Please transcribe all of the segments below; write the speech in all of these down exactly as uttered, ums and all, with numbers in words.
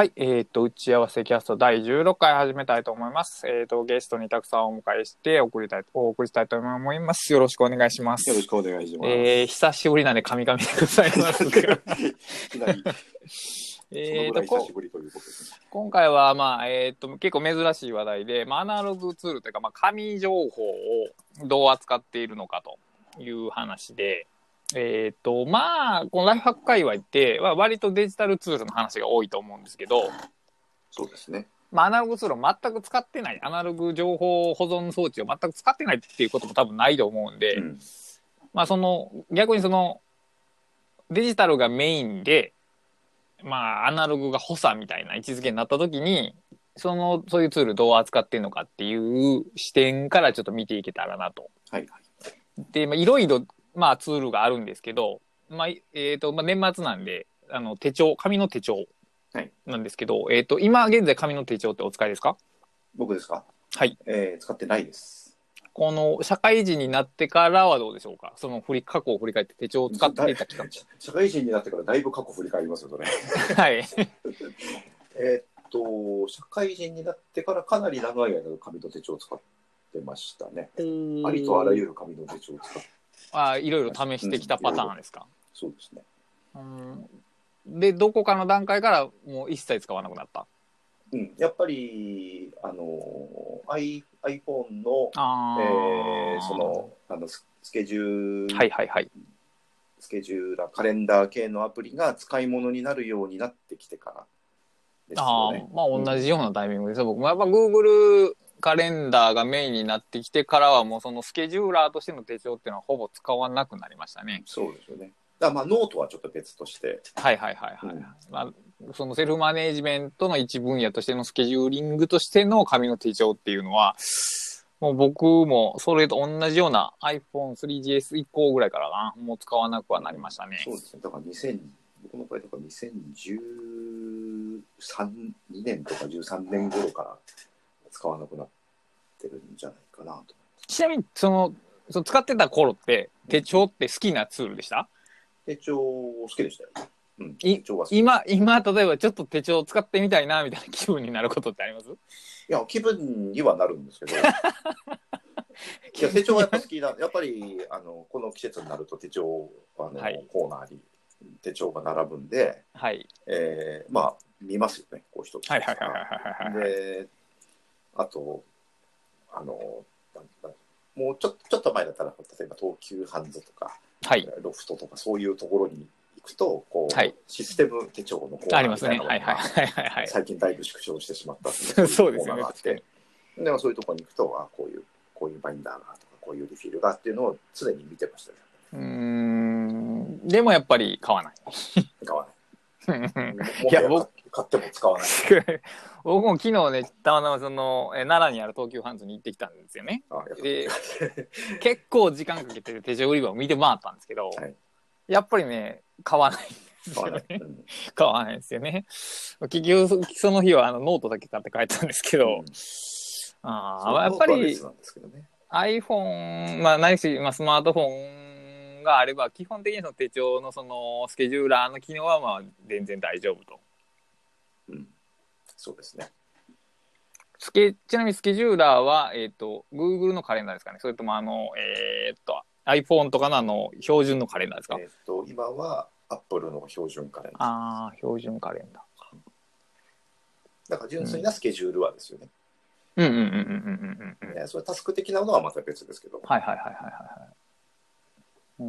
はい、えっ、ー、と、打ち合わせキャストだいじゅうろっかい始めたいと思います。えっ、ー、と、ゲストにたくさんお迎えして送りたい、お送りしたいと思います。よろしくお願いします。 よろしくお願いします。 えー、久しぶりなんで、神々でございますが。 いきなり。えーと、久しぶりということですね。 今回は、まあ、えっ、ー、と、結構珍しい話題で、まあ、アナログツールというか、まあ、紙情報をどう扱っているのかという話で、えっ、ー、と、まあ、このライフハック界隈って、まあ、割とデジタルツールの話が多いと思うんですけど、 そうですね。 まあ、アナログツールを全く使ってない、アナログ情報保存装置を全く使ってないっていうことも多分ないと思うんで、うん、まあ、その、逆にその、デジタルがメインで、まあ、アナログが補佐みたいな位置づけになった時に、その、そういうツールどう扱ってるのかっていう視点からちょっと見ていけたらなと。 はいはい。 で、まあ、いろいろ、まあ、ツールがあるんですけど、まあ、えっ、ー、と、まあ、年末なんで、あの、手帳、紙の手帳なんですけど、はい、えっ、ー、と、今現在紙の手帳ってお使いですか？ 僕ですか？ はい。 えー、使ってないです。 この、社会人になってからはどうでしょうか？その、振り、過去を振り返って手帳を使っていた期間。 社会人になってからだいぶ過去振り返りますよ、それ。 はい。 えっと、社会人になってからかなり長い間紙の手帳を使ってましたね。ありとあらゆる紙の手帳を使って。 ああ、いろいろ試してきたパターンですか？うん、 そうですね。 うん。で、どこかの段階からもう一切使わなくなった？ うん、やっぱり、あの、I、iPhone の、えー、その、あのスケジュール、 はいはいはい。 スケジューラー、カレンダー系のアプリが使い物になるようになってきてからですよね。 ああ、まあ同じようなタイミングですよ。うん、僕もやっぱ Google カレンダーがメインになってきてからはもうそのスケジューラーとしての手帳っていうのはほぼ使わなくなりましたね。 そうですよね。だからまあノートはちょっと別として。はいはいはいはい。うん、まあ、そのセルフマネージメントの一分野としてのスケジューリングとしての紙の手帳っていうのは、もう僕もそれと同じような アイフォンスリージーエス 以降ぐらいからな、もう使わなくはなりましたね。 そうですね。だからにせん、僕の場合とかにせんじゅうさん、にねんとかじゅうさんねん頃から使わなくなってるんじゃないかなと。 ちなみにその、その使ってた頃って手帳って好きなツールでした？ 手帳好きでしたよ。うん、 手帳は好き。今、今例えばちょっと手帳使ってみたいなみたいな気分になることってあります？ いや、気分にはなるんですけど。いや、手帳はやっぱ好きな、やっぱりあのこの季節になると手帳あの、はい、コーナーに手帳が並ぶんで、 はい、 えー、まあ見ますよね、こう一つ。 はいはいはいはいはい。 で、あとあのもうちょっとちょっと前だったら例えば東急ハンズとか、はい、ロフトとかそういうところに行くとこう、はい、システム手帳のコーナーみたいなのが最近だいぶ縮小してしまったっていうコーナーがあって、でもそういうところに行くとあこういうこういうバインダーがとかこういうリフィルがっていうのを常に見てましたね。 うーん、でもやっぱり買わない。 買わない。いや僕買っても使わない。 僕も昨日ねたまたまそのえ奈良にある東急ハンズに行ってきたんですよね。あで結構時間かけて手帳売り場を見て回ったんですけど、はい、やっぱりね買わないんですよね。買わないんですよね。結局その日はあのノートだけ買って帰ったんですけど、うん、ああやっぱり iPhone まあないし、まあ、スマートフォンがあれば基本的にその手帳のそのスケジューラーの機能はまあ全然大丈夫と。 うん、そうですね。 スケちなみにスケジューラーは、えーと、Google のカレンダーですかね？それともあの、えー、っと iPhone とかのあの標準のカレンダーですか？ えー、っと今は Apple の標準カレンダー。 ああ、標準カレンダー。 だから純粋なスケジュールはですよね。 うんうんうんうんうんうんうん。 それタスク的なものはまた別ですけど。 はいはいはいはいはいはい。うん、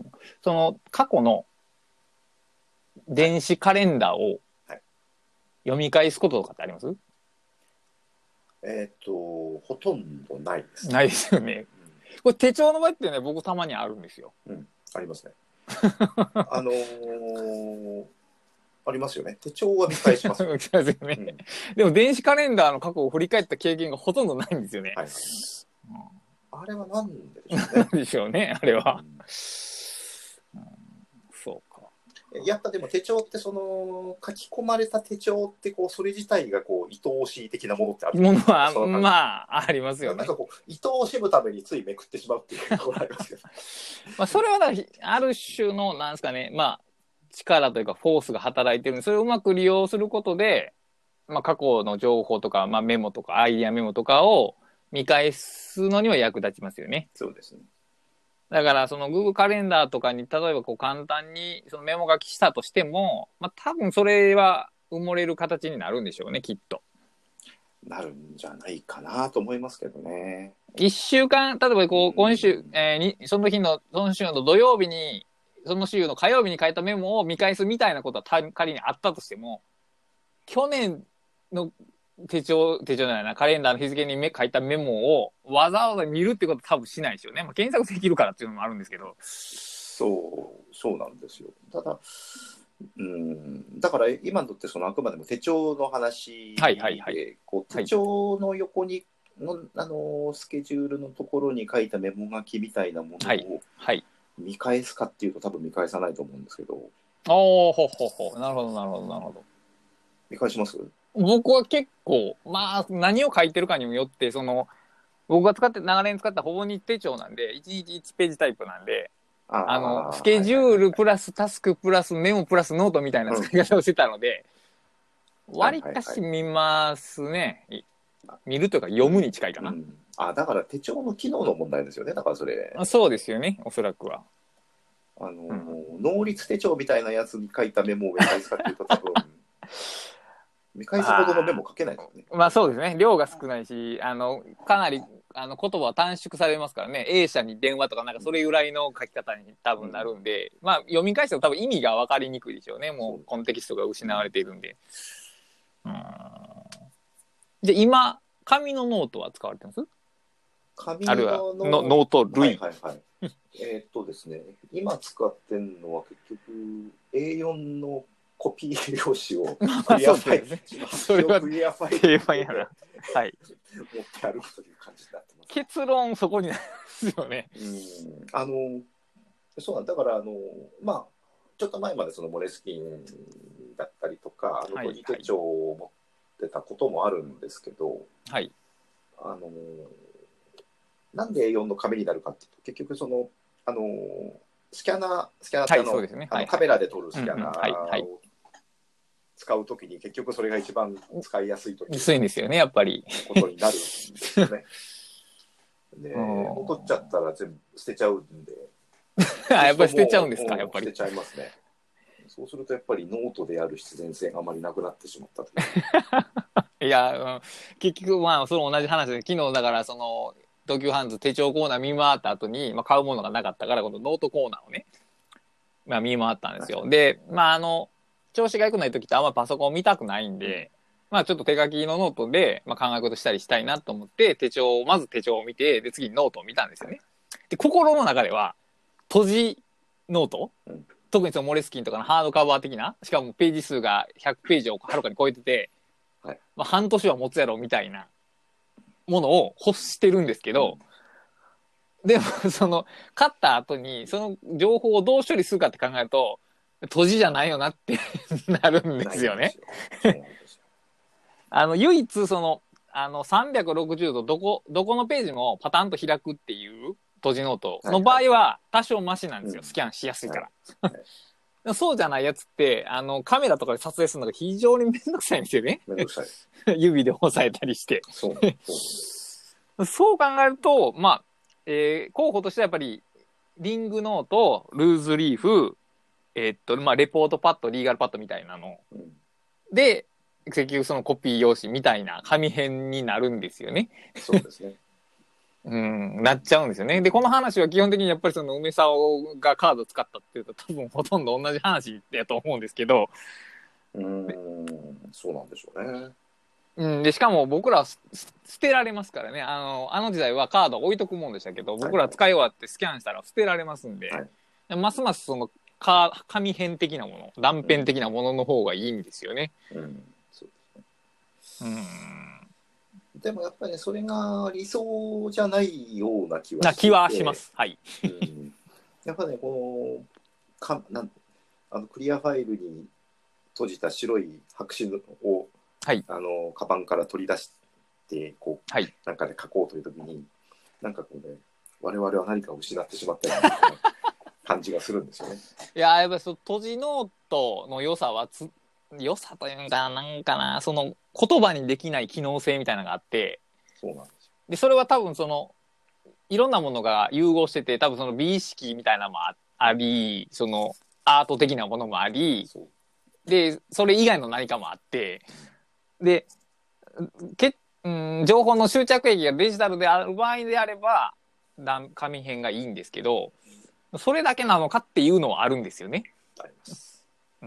その過去の電子カレンダーを読み返すこととかってあります？はい、 えっとほとんどないです、 ね。ないですよね。うん、これ手帳の場合ってね僕たまにあるんですよ。 うん、ありますね。あのー、ありますよね。手帳は見返しますよね。 よねうん、でも電子カレンダーの過去を振り返った経験がほとんどないんですよね。はいはい、 うん、あれはなんででしょうね。 なんでしょうね、あれは。うんうん、そうか。 やっぱでも手帳ってその書き込まれた手帳ってこうそれ自体がこう愛おしい的なものってあるものはまあありますよね。 なんかこう愛おしむためについめくってしまうっていうところがありますけど。 まあそれはだある種のなんですかね、まあ力というかフォースが働いてるんで、それをうまく利用することで、まあ、過去の情報とか、まあ、メモとかアイディアメモとかを見返すのには役立ちますよね。 そうですね。 だからその Google カレンダーとかに例えばこう簡単にそのメモ書きしたとしても、まあ、多分それは埋もれる形になるんでしょうね、きっと。 なるんじゃないかなと思いますけどね。 一週間、例えばこう今週、えー、にその日のその週の土曜日にその週の火曜日に書いたメモを見返すみたいなことは仮にあったとしても、去年の手帳、手帳じゃないな、カレンダーの日付に書いたメモをわざわざ見るってことは多分しないですよね。まあ、検索できるからっていうのもあるんですけど。 そう、そうなんですよ。ただ、うん、だから今のってそのあくまでも手帳の話で、 はいはいはい、 こう手帳の横にの、あのスケジュールのところに書いたメモ書きみたいなものを見返すかっていうと多分見返さないと思うんですけど。 おー、ほほほ、なるほどなるほどなるほど。 見返します？ 僕は結構、まあ何を書いてるかにもよって、その僕が使って長年使ったほぼ日手帳なんでいちにちいちページタイプなんで、ああのスケジュールプラスタスクプラスメモプラスノートみたいな使い方をしてたので、わり、うん、かし見ますね。見るというか読むに近いかな、うん、 あ、だから手帳の機能の問題ですよね。だからそれそうですよね、おそらくは。 あの、うん、能率手帳みたいなやつに書いたメモを見返すかっていうと多分見返すほどのメモ書けないですよね。 まあそうですね、量が少ないし、あのかなりあの言葉は短縮されますからね。 A 社に電話とかなんかそれぐらいの書き方に多分なるんで、うん、まあ読み返しても多分意味が分かりにくいでしょうね。もうコンテキストが失われているんで。うん、で今紙のノートは使われてます？ 紙のあるいはのノート類、 はいはいはい、えっとですね、今使ってるのは結局 エーよん のコピー用紙をクリアファイル、ね、それはクリアファイルで、はい、持って歩くという感じになってます。 結論そこになりますよね。 うん、あのそうなんだからあのまあちょっと前までそのモレスキンだったりとかあのポジ手帳を持ってたこともあるんですけど、 はい、 あのなんで エーよん の紙になるかっていうと結局そのあのスキャナースキャナーってあの、はい、ね、あのカメラで撮るスキャナーを使うときに結局それが一番使いやすいとき薄いんですよね、やっぱりことになるんですよね。で戻っちゃったら全部捨てちゃうんであ、やっぱり捨てちゃうんですか。やっぱり捨てちゃいますね。そうするとやっぱりノートでやる必然性があまりなくなってしまったといういや、うん、結局まあその同じ話で、昨日だからその東急ハンズ手帳コーナー見回った後に、まあ、買うものがなかったからこのノートコーナーをね、まあ、見回ったんですよ。で、まああの調子が良くない時ってあんまパソコン見たくないんで、まあちょっと手書きのノートで、まあ、考え事したりしたいなと思って手帳をまず手帳を見て、で次にノートを見たんですよね。で心の中では閉じノート、うん、特にそのモレスキンとかのハードカバー的な、しかもページ数がひゃくページをはるかに超えてて、はい、まあ、半年は持つやろみたいなものを欲してるんですけど、うん、でもその買った後にその情報をどう処理するかって考えると閉じじゃないよなってなるんですよね。あの唯一そのあのさんびゃくろくじゅうどどこどこのページもパタンと開くっていう閉じノートの場合は多少マシなんですよ、はいはい、スキャンしやすいから、はいはい、そうじゃないやつってあのカメラとかで撮影するのが非常にめんどくさいんですよね。 めんどくさい指で押さえたりしてそうそうそう考えるとまあ、えー、候補としてはやっぱりリングノート、ルーズリーフ、えー、っとまあレポートパッド、リーガルパッドみたいなの、うん、で結局そのコピー用紙みたいな紙片になるんですよね。 そうですね。 うん、なっちゃうんですよね。でこの話は基本的にやっぱりその梅沢がカード使ったっていうと多分ほとんど同じ話だと思うんですけど、 うーん、そうなんでしょうね。 うん、でしかも僕らは捨てられますからね。あのあの時代はカード置いとくもんでしたけど、僕ら使い終わってスキャンしたら捨てられますんで、はい、ますますそのか紙片的なもの、断片的なものの方がいいんですよね。 うん、うん、そうですね。うん、でもやっぱり、ね、それが理想じゃないような気はしてな気はします。はい。 うん、やっぱねこのかなんあのクリアファイルに閉じた白い白紙を、はい、あのカバンから取り出してこう、はい、なんかで書こうという時になんかこうね我々は何かを失ってしまったような感じがするんですよね。 いややっぱりその閉じノートの良さはつ良さというかなんかな、その言葉にできない機能性みたいなのがあって、 そうなんですよ。 でそれは多分そのいろんなものが融合してて、多分その美意識みたいなのもあり、そのアート的なものもあり、でそれ以外の何かもあって、でけ、うん、情報の終着駅がデジタルである場合であれば紙編がいいんですけど、それだけなのかっていうのはあるんですよね。 あります。 うん、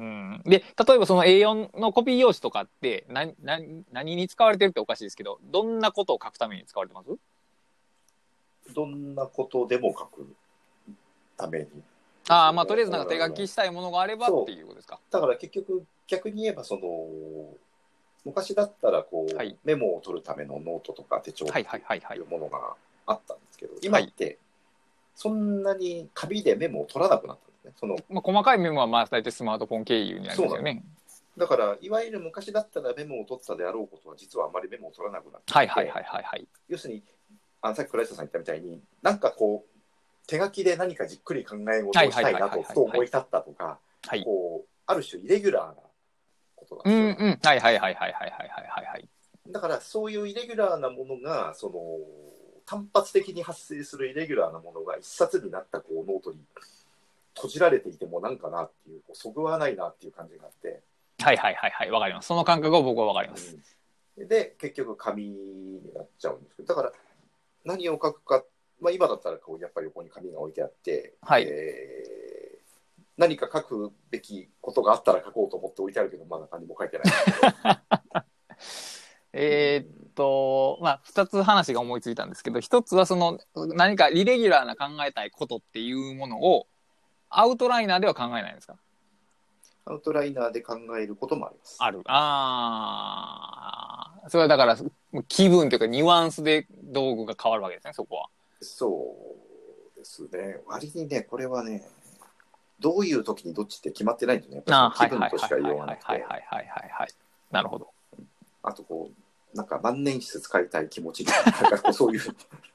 で例えばその エーよん のコピー用紙とかって何、何、何に使われてるっておかしいですけど、どんなことを書くために使われてます？ どんなことでも書くために。 ああ、まあとりあえずなんか手書きしたいものがあればっていうことですか。 だから結局逆に言えばその昔だったらこう、はい、メモを取るためのノートとか手帳っていうものがあったんですけど、今ってそんなに紙でメモを取らなくなったんですね。その、 まあ、細かいメモはまあ大体スマートフォン経由になりますよね。 だからいわゆる昔だったらメモを取ったであろうことは実はあまりメモを取らなくなっていて、 はいはいはいはいはい、要するにあのさっき倉下さん言ったみたいになんかこう手書きで何かじっくり考え事をしたいなとふと思い立ったとか、こうある種イレギュラーなことなんですよね。うんうん、はいはいはいはいはいはいはい。だからそういうイレギュラーなものがその単発的に発生するイレギュラーなものが一冊になったこうノートに閉じられていてもなんかなっていう、こうそぐわないなっていう感じがあって。 はいはいはいはい、わかります。その感覚は僕はわかります。 うん、で結局紙になっちゃうんですけど、だから何を書くか、まあ、今だったらこうやっぱり横に紙が置いてあって、はい、えー、何か書くべきことがあったら書こうと思って置いてあるけど、まだ何も書いてないえっとまあふたつ話が思いついたんですけど、ひとつはその何かイレギュラーな考えたいことっていうものをアウトライナーでは考えないんですか？ アウトライナーで考えることもあります。 ある。ああ、それはだから気分というかニュアンスで道具が変わるわけですね、そこは。 そうですね。割にね、これはね、どういう時にどっちって決まってないんですね。やっぱり気分としか言いようがなくて。はいはいはいはいはい。なるほど。あとこうなんか万年筆使いたい気持ちとかそういう。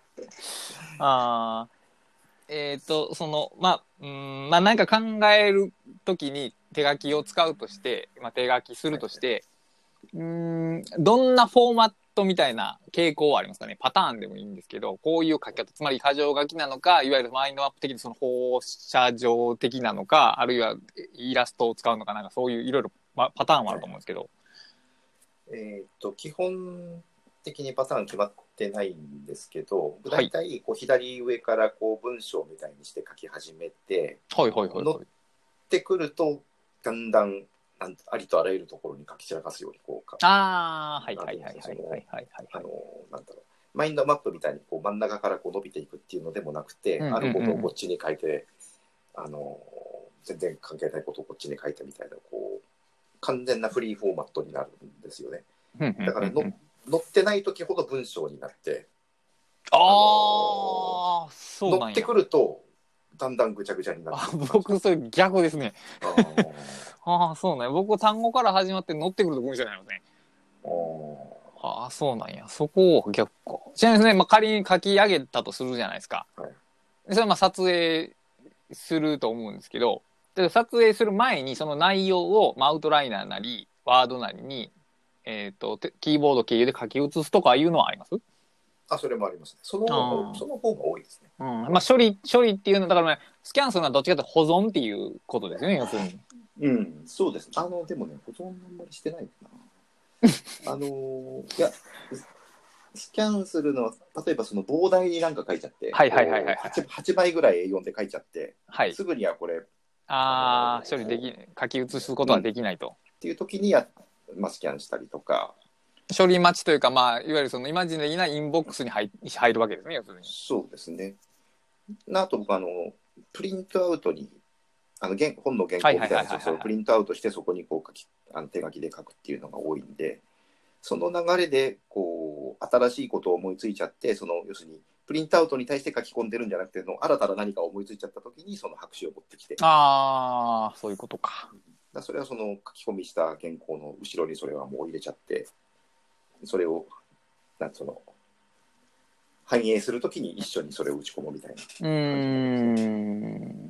ああ。えっ、ー、とそのまあうんまあ何か考えるときに手書きを使うとして、まあ、手書きするとして、はい、うんどんなフォーマットみたいな傾向はありますかね？パターンでもいいんですけど、こういう書き方、つまり箇条書きなのか、いわゆるマインドマップ的にその放射状的なのか、あるいはイラストを使うのか、なんかそういういろいろパターンはあると思うんですけど、 はい、えっ、ー、と基本的にパターン決まってないんですけど、だいたいこう左上からこう文章みたいにして書き始めて、 はいはいはいはい、 乗ってくるとだんだんありとあらゆるところに書き散らかすようにこうか、 ああはいはいはいはいはいはいあのなんだろう、マインドマップみたいにこう真ん中からこう伸びていくっていうのでもなくて、うんうんうん、あることをこっちに書いて、あの全然関係ないことをこっちに書いてみたいな、こう完全なフリーフォーマットになるんですよね。だからの乗ってない時ほど文章になって、 ああ、そうなんや。 乗ってくるとだんだんぐちゃぐちゃになってくる。 あ、僕それ逆ですね。ああ、そうね。僕単語から始まって乗ってくると文章になりますね。ああ、そうなんや。そこを逆か。ちなみにですね、まあ、仮に書き上げたとするじゃないですか。はい、それはまあ撮影すると思うんですけど、撮影する前にその内容を、まあ、アウトライナーなりワードなりにえーと、キーボード経由で書き写すとかいうのはあります？ あ、それもありますね。その方が、その方が多いですね。 うん、まあ処理処理っていうのだから、ね、スキャンするのはどっちかというと保存っていうことですよね、要するに。 うん、そうです。あのでもね、保存あんまりしてないかな。あのいやスキャンするのは例えばその膨大になんか書いちゃって、はいはいはいはい、はちばいぐらい エーよん で書いちゃって、はい、すぐにはこれああ処理でき書き写すことはできないと、うん、 っていう時にやまあ、スキャンしたりとか、 処理待ちというか、まあ、いわゆるそのイマジネリーなインボックスに 入, 入るわけですね、要するに。 そうですね。あと僕あのプリントアウトにあの原本の原稿みたいなやつをプリントアウトしてそこにこう書きあの手書きで書くっていうのが多いんで、その流れでこう新しいことを思いついちゃって、その要するにプリントアウトに対して書き込んでるんじゃなくての新たな何か思いついちゃった時にその白紙を持ってきて、 ああそういうことか。 だそれはその書き込みした原稿の後ろにそれはもう入れちゃって、それをなんその反映するときに一緒にそれを打ち込むみたいな。 うーん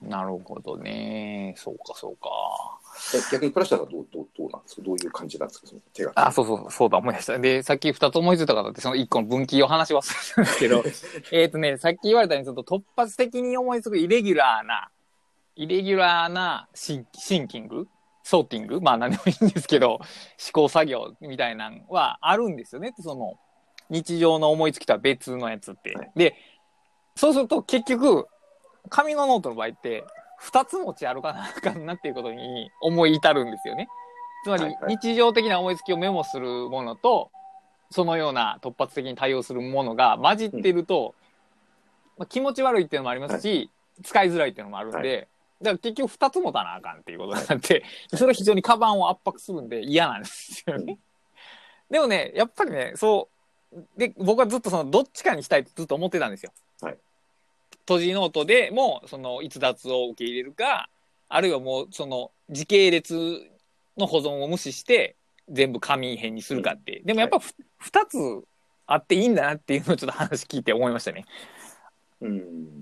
なるほどね。そうかそうか。 え逆にプラスチャーはどうどうどうなんですか。どういう感じなんですか。その手が。 あ、そうそうそうだ思い出した。で、さっきふたつ思いついた方ってそのいっこの分岐を話し忘れたんですけど、えっとねさっき言われたようにちょっと突発的に思いつくイレギュラーなイレギュラーなシンシンキング、ソーティング、まあ何でもいいんですけど、試行作業みたいなのはあるんですよね。その日常の思いつきとは別のやつって。はい、で、そうすると結局紙のノートの場合ってふたつ持ち歩かなあかんなっていうことに思い至るんですよね。つまり日常的な思いつきをメモするものと、そのような突発的に対応するものが混じってると、うんまあ、気持ち悪いっていうのもありますし、はい、使いづらいっていうのもあるんで、はい、だから結局ふたつ持たなあかんっていうことになって、それは非常にカバンを圧迫するんで嫌なんですよね。うん、でもね、やっぱりね、そうで僕はずっとそのどっちかにしたいってずっと思ってたんですよ。はい、閉じノートでもその逸脱を受け入れるか、あるいはもうその時系列の保存を無視して全部紙編にするかって、うん、でもやっぱふ、はい、ふたつあっていいんだなっていうのをちょっと話聞いて思いましたね。うん、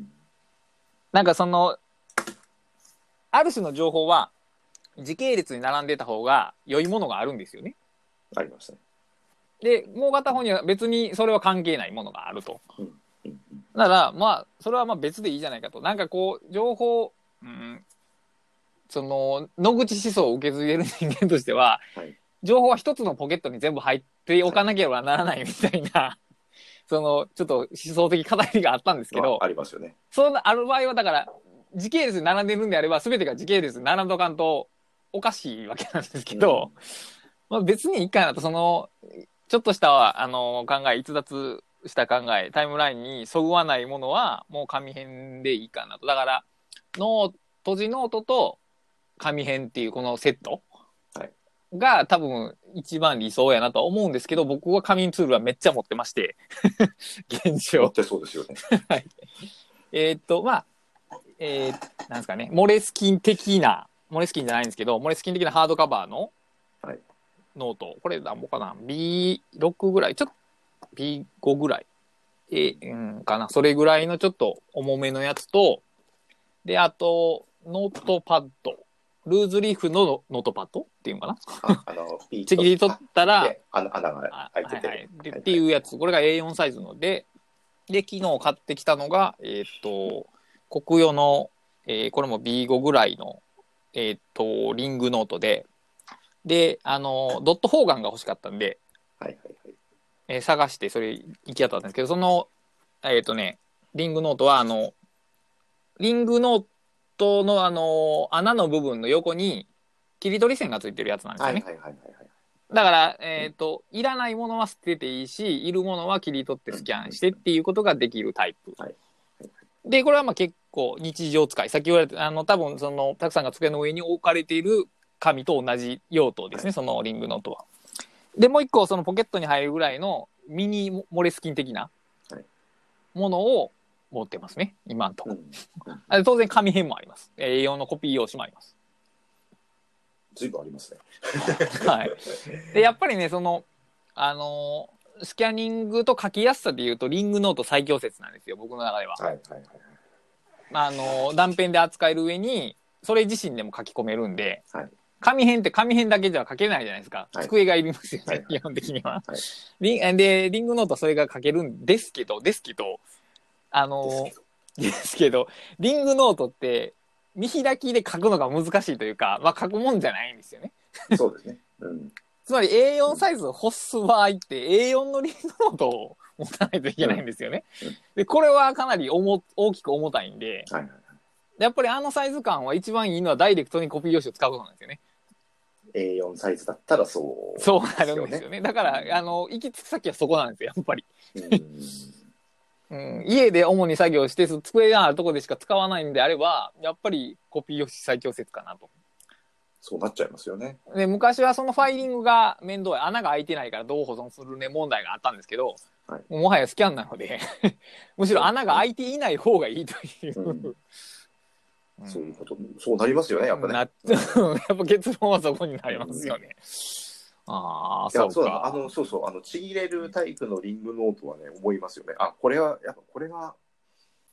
なんかそのある種の情報は時系列に並んでた方が良いものがあるんですよね。 ありますね。 でもう片方には別にそれは関係ないものがあると。うんうん、だからまあそれはまあ別でいいじゃないかと。なんかこう情報、うん、その野口思想を受け継いでる人間としては、はい、情報は一つのポケットに全部入っておかなければならないみたいな、はい、そのちょっと思想的課題があったんですけど、 まあ、ありますよね。 そうある場合はだから時系列に並んでるんであれば全てが時系列に並んどかんとおかしいわけなんですけど、うんまあ、別にいいかなと、そのちょっとしたあの考え、逸脱した考え、タイムラインにそぐわないものはもう紙編でいいかなと。だからノー閉じノートと紙編っていうこのセットが多分一番理想やなとは思うんですけど、僕は紙ツールはめっちゃ持ってまして現状持ってそうですよね。 はい。えー、っとまあえー、なんですかね、モレスキン的な、モレスキンじゃないんですけど、モレスキン的なハードカバーのノート、はい、これなんぼかな、ビーろく ぐらい、ちょっと ビーご ぐらい、えー、うんかな、それぐらいのちょっと重めのやつと、で、あと、ノートパッド、ルーズリーフのノートパッドっていうのかな、ああのちぎり取ったら、 穴が開いてて、はいはい、っていうやつ、これが エーよん サイズので、で、昨日買ってきたのが、えー、っと、国用の、えー、これも ビーご ぐらいの、えー、っとリングノートで、で、あのドット方眼が欲しかったんで、はいはいはいえー、探してそれ行き当たったんですけど、そのえー、っとねリングノートはあのリングノートのあの穴の部分の横に切り取り線がついてるやつなんですよね。はいはいはいはい。だから、えーと、いらないものは捨てていいし、いるものは切り取ってスキャンしてっていうことができるタイプ。はい、で、これはまあ結構日常使い。さっき言われた、あの、多分その、たくさんが机の上に置かれている紙と同じ用途ですね、はい、そのリングノートは。で、もう一個、そのポケットに入るぐらいのミニモレスキン的なものを持ってますね、今のところ。うん、当然、紙編もあります。エーよん のコピー用紙もあります。 随分ありますね。 はい。でやっぱりねそのあのー、スキャニングと書きやすさでいうとリングノート最強説なんですよ僕の中では。はいはいはい。あのー、断片で扱える上にそれ自身でも書き込めるんで、はい、紙編って紙編だけじゃ書けないじゃないですか。はい、机がいりますよね、はい、基本的には。はい、リンでリングノートはそれが書けるんですけどですけどあのー、ですけどリングノートって見開きで書くのが難しいというか、まあ、書くもんじゃないんですよね。 そうですね。うん、 つまり エーよん サイズを欲す場合って エーよん のリングノートを持たないといけないんですよね。うん、でこれはかなり重大きく重たいんで、はいはいはい、やっぱりあのサイズ感は一番いいのはダイレクトにコピー用紙を使うことなんですよね。 エーよん サイズだったらそう、 ね、そうなるんですよね。だからあの行き着く先はそこなんですよやっぱり。うんうん、家で主に作業して机があるところでしか使わないんであればやっぱりコピー用紙最強説かなと。 そうなっちゃいますよね。 で昔はそのファイリングが面倒い、穴が開いてないからどう保存するね問題があったんですけど、はい、もはやスキャンなのでむしろ穴が開いていない方がいいという、うんうん、そういうことそうなりますよねやっぱね。やっぱ結論はそこになりますよね。うん、ああそうか。 そうあのそうそうあのちぎれるタイプのリングノートはね思いますよね。あこれはやっぱこれが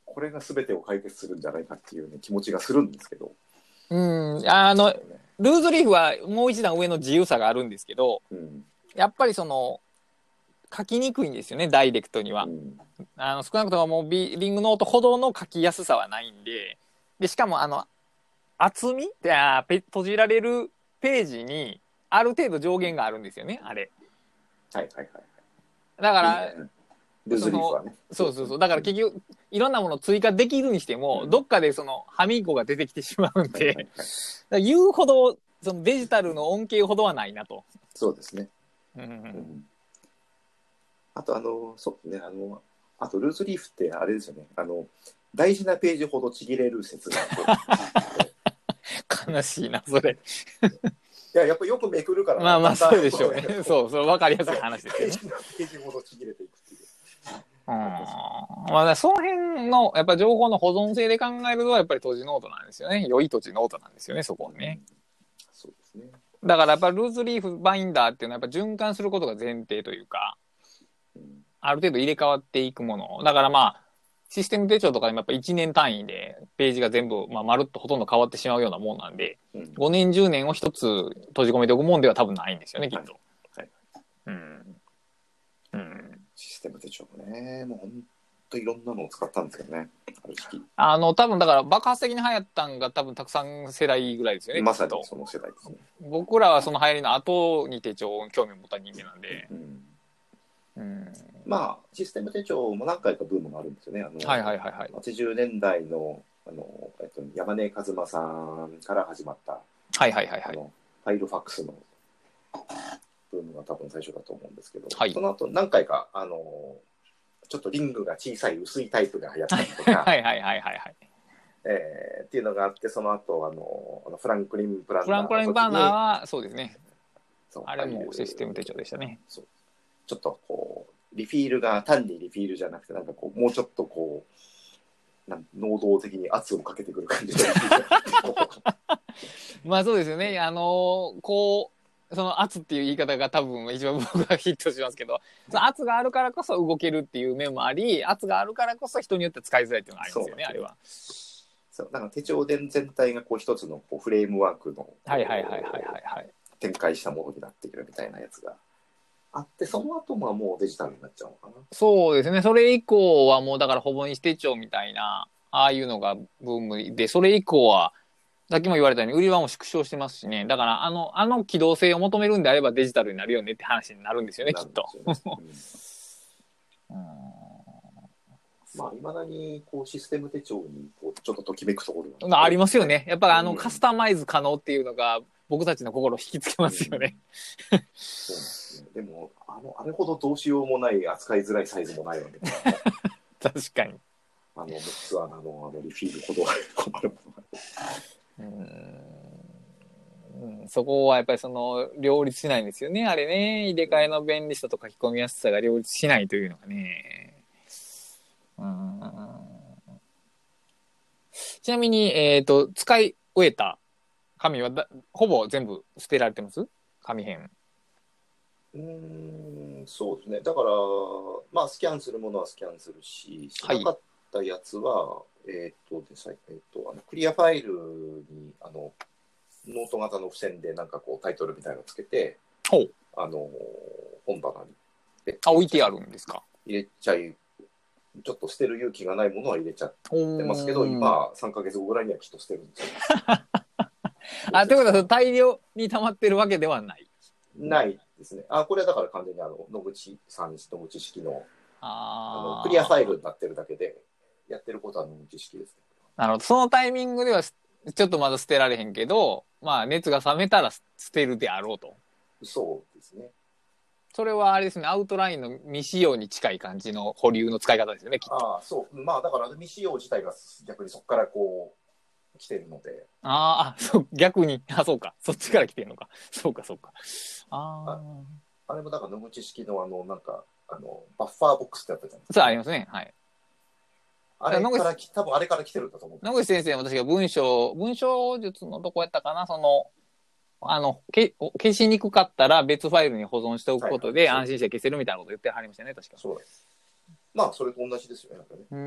これが全てを解決するんじゃないかっていう、ね、気持ちがするんですけど。 うん、あの、ルーズリーフはもう一段上の自由さがあるんですけど、うん、やっぱりその、書きにくいんですよね、ダイレクトには。うん、あの少なくとももうビリングノートほどの書きやすさはないんで、でしかもあの、厚みって閉じられるページにある程度上限があるんですよね、あれ。 はいはいはい。 だから、 うん、ルーズリーフはね。 そうそうそう。だから結局、いろんなものを追加できるにしても、うん、どっかでその、はみっこが出てきてしまうんで、はいはいはい、言うほど、そのデジタルの恩恵ほどはないなと。 そうですね。うんうん、あと、あの、そうね、あの、あと、ルーズリーフってあれですよね、あの、大事なページほどちぎれる説が悲しいな、それ。 いや、やっぱよくめくるから、 まあまあ、そうでしょうね。そうそう、わかりやすい話ですよね。 ページほどちぎれていくっていう。 うん、まあ、その辺のやっぱ情報の保存性で考えるとやっぱり閉じノートなんですよね。良い閉じノートなんですよね、そこはね。うん、 そうですね。 だからやっぱルーズリーフバインダーっていうのはやっぱ循環することが前提というか、うん、ある程度入れ替わっていくもの。だからまあシステム手帳とかでもやっぱいちねん単位でページが全部、まあ、まるっとほとんど変わってしまうようなもんなんで、うん、ごねんじゅうねんを一つ閉じ込めておくもんでは多分ないんですよね、きっと。はいはい、 うんうん、システム手帳もね、もう本当いろんなのを使ったんですけどね、ある時期。 あの、多分だから爆発的に流行ったんが多分たくさん世代ぐらいですよね。 まさにその世代ですね。 僕らはその流行りの後に手帳に興味を持った人間なんで。うんうん、まあ、システム手帳も何回かブームがあるんですよね。あのはいはいはいはい。 はちじゅうねんだいの、あの、えっと、山根一馬さんから始まった、 はいはいはいはい。 ファイルファックスのブームが多分最初だと思うんですけど、はい、その後何回か、あの、ちょっとリングが小さい薄いタイプが流行ったりとか、 はいはいはいはいはい。 えー、っていうのがあって、その後あのあのフランクリン・プランナーフランクリン・プランナーはそうですね。あれもシステム手帳でしたね。 そうちょっとこうリフィールが単にリフィールじゃなくて、なんかこうもうちょっとこうなん能動的に圧をかけてくる感じでまあそうですよね。あのー、こうその圧っていう言い方が多分一番僕はヒットしますけど、その圧があるからこそ動けるっていう面もあり、圧があるからこそ人によって使いづらいっていうのがありますよね、あれは。 そうなんか手帳伝全体がこう一つのこうフレームワークのはいはいはいはいはいはい展開したものになってくるみたいなやつがあって、その後はもうデジタルになっちゃうのかな。 そうですね。それ以降はもうだからほぼ日手帳みたいなああいうのがブームで、それ以降はさっきも言われたように売り場も縮小してますしね。だからあのあの機動性を求めるんであればデジタルになるよねって話になるんですよね、きっと。 うんまあ、未だにこうシステム手帳にこうちょっとときめくところがありますよね。やっぱりあの、うん、カスタマイズ可能っていうのが僕たちの心を引きつけますよね。 うん、そうなんですね。でもあのあれほどどうしようもない扱いづらいサイズもないわけです。 確かに。 あのモッツアナのあのリフィールほど困るものが。 うん、そこはやっぱりその両立しないんですよね。あれね、入れ替えの便利さと書き込みやすさが両立しないというのがね。うんちなみに、えっと、使い終えた紙はだほぼ全部捨てられてます？紙編。 うーん、そうですね。だから、まあ、スキャンするものはスキャンするし、しなかったやつは、はい、えっとでさ、えっと、あのクリアファイルに、あの、ノート型の付箋でなんかこうタイトルみたいなのつけて、 ほうあの、本棚に。 あ、置いてあるんですか？ 入れちゃい、ちょっと捨てる勇気がないものは入れちゃってますけど、今さんかげつごぐらいにはきっと捨てるんですよ。 あ、ということは大量に溜まってるわけではない？ ないですね。あ、これはだから完全にあの野口さん、野口式の、あのクリアファイルになってるだけで、やってることは野口式ですね。 なるほど。そのタイミングではちょっとまだ捨てられへんけど、まあ熱が冷めたら捨てるであろうと。 そうですね。 それはあれですね、アウトラインの未使用に近い感じの保留の使い方ですよね、きっと。 ああ、そう。まあだから未使用自体が逆にそこからこう来てるので。 ああ、そう逆に、あ、そうか、そっちから来てるのか。そうか、そうか。 ああ。あれもだから野口式のあのなんかあのバッファーボックスってやったじゃないですか。 そうありますね、はい。 あれから多分あれから来てるんだと思う。 野口先生は私が文章文章術のとこやったかな、その。あのけ消しにくかったら別ファイルに保存しておくことで安心して消せるみたいなこと言ってはりましたね、確か。 そうです。 まあそれと同じですよね。ねうん、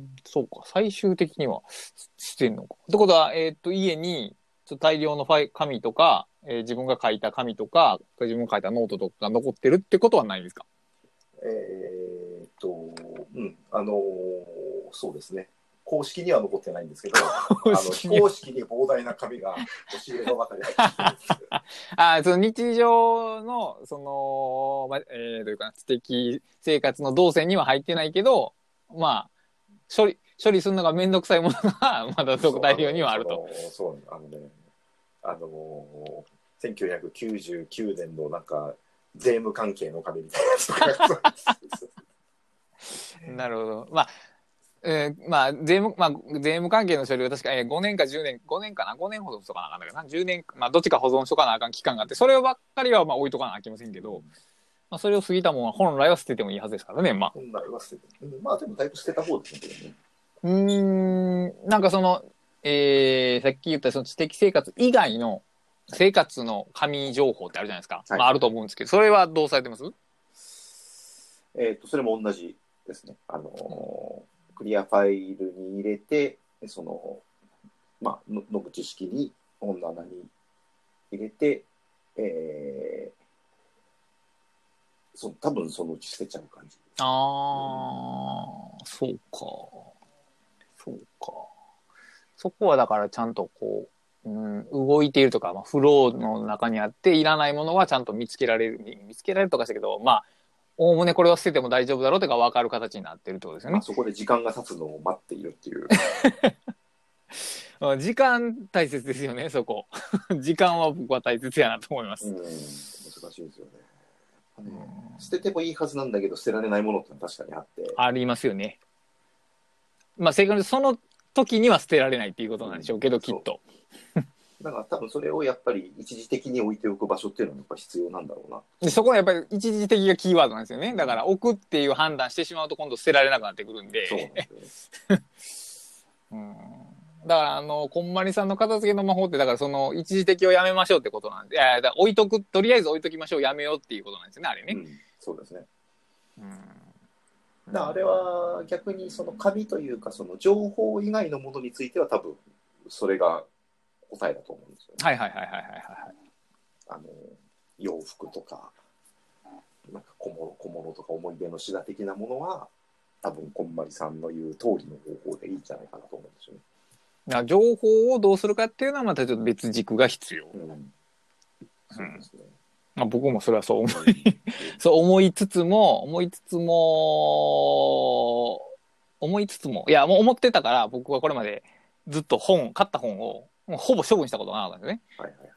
そうか、最終的にはしてんのか。ってことは、えっ、ー、と、家にちょっと大量のファイ紙とか、えー、自分が書いた紙とか、自分が書いたノートとかが残ってるってことはないんですか？ えー、っと、うん、あのー、そうですね。公式には残ってないんですけど、公式にあの公式に膨大な紙が押し入れの中に入ってるんです。 あ、その日常の、その、ま、えー、というか、知的生活の動線には入ってないけど、まあ、処理、処理するのがめんどくさいものが、まだ大量にはあると。 そう、あのね、あの、せんきゅうひゃくきゅうじゅうきゅうねんのなんか、税務関係の紙みたいなやつとか。 なるほど。まあ、えー、まあ、税務、まあ、税務関係の書類は確か、えー、ごねんかじゅうねん、ごねんかな ?ご 年保存しとかなあかんだけどな。じゅうねん、まあ、どっちか保存しとかなあかん期間があって、そればっかりはまあ置いとかなあきませんけど、まあ、それを過ぎたものは本来は捨ててもいいはずですからね、まあ。 本来は捨てて。まあ、でもだいぶ捨てた方ですけどね。 うーん、なんかその、えー、さっき言ったその知的生活以外の生活の紙情報ってあるじゃないですか。はい、まあ、あると思うんですけど、それはどうされてます？ えっと、それも同じですね。あのー、クリアファイルに入れて、その、まあ、の野口式に本棚に入れて、えー、そ多分そのうち捨てちゃう感じ。 ああ、うん、そうか。そうか。そこはだからちゃんとこう、うん、動いているとか、まあ、フローの中にあって、いらないものはちゃんと見つけられる、見つけられるとかしたけど、まあ、おおむねこれは捨てても大丈夫だろうとか分かる形になってるってことですよね。まあ、 そこで時間が経つのを待っているっていう。 時間大切ですよね、そこ。時間は僕は大切やなと思います。うん、難しいですよね。ね、捨ててもいいはずなんだけど捨てられないものって確かにあって。 ありますよね。まあ正確にその時には捨てられないっていうことなんでしょうけど、うん、きっと。 だから多分それをやっぱり一時的に置いておく場所っていうのはやっぱ必要なんだろうな。 でそこはやっぱり一時的がキーワードなんですよね。だから置くっていう判断してしまうと今度捨てられなくなってくるんで。そうなんですよね。うん、だからあのこんまりさんの片付けの魔法ってだからその一時的をやめましょうってことなんで、いやだ置いとくとりあえず置いときましょうやめようっていうことなんですよねあれね。うん、 そうですね。うん、だあれは逆にその紙というかその情報以外のものについては多分それが答えだと思うんですよね。 はいはいはいはいはいはい。 あの洋服とかなんか小物小物とか思い出の品的なものは多分こんまりさんの言う通りの方法でいいんじゃないかなと思うんですよね。 情報をどうするかっていうのはまたちょっと別軸が必要。うん、そうですね。まあ、僕もそれはそう思いそう思いつつも思いつつも思いつつもいやもう思ってたから僕はこれまでずっと本買った本をもうほぼ処分したことがなかったんですね。はいはい、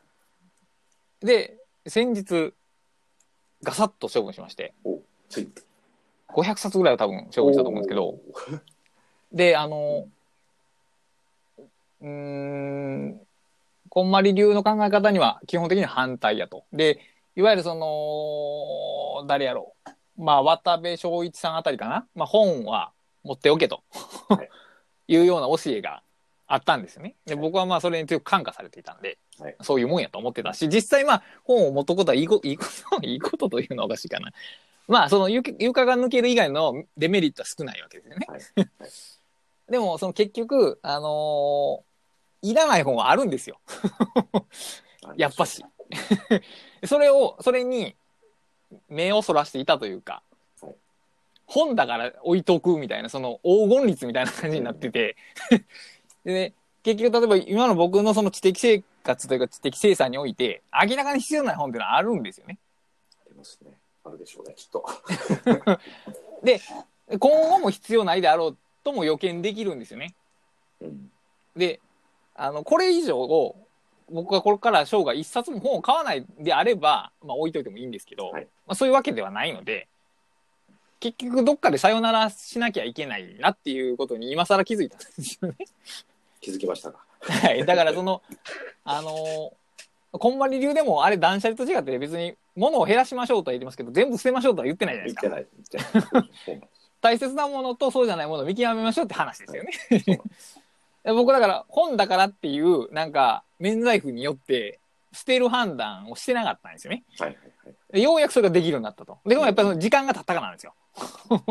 で先日ガサッと処分しまして、おごひゃくさつぐらいは多分処分したと思うんですけど、であのうーんこんまり流の考え方には基本的に反対やと。でいわゆるその誰やろうまあ渡部正一さんあたりかな、まあ、本は持っておけというような教えがあったんですよね。で僕はまあそれに強く感化されていたんで、はい、そういうもんやと思ってたし実際まあ本を持っとくことはいいこといいこといいことというのはおかしいかな。まあその床が抜ける以外のデメリットは少ないわけですよね。はいはい、でもその結局あのー、いらない本はあるんですよ。やっぱし。それをそれに目をそらしていたというか、はい、本だから置いとくみたいなその黄金律みたいな感じになってて、で、ね、結局例えば今の僕のその知的生活というか知的生産において明らかに必要ない本っていうのはあるんですよね。 ありますね。あるでしょうねきっと。 で今後も必要ないであろうとも予見できるんですよね。うん、であのこれ以上を僕がこれから生涯一冊も本を買わないであれば、まあ、置いといてもいいんですけど、はい、まあ、そういうわけではないので結局どっかでさよならしなきゃいけないなっていうことに今更気づいたんですよね。 気づきましたか。 はい、だからそのあのこんまり流でもあれ断捨離と違って別に物を減らしましょうとは言ってますけど全部捨てましょうとは言ってないじゃないですか。言ってない言ってない大切なものとそうじゃないものを見極めましょうって話ですよね。はい僕だから本だからっていうなんか免罪符によって捨てる判断をしてなかったんですよね。はいはいはい、ようやくそれができるようになったと。でもやっぱり時間が経ったからなんですよ。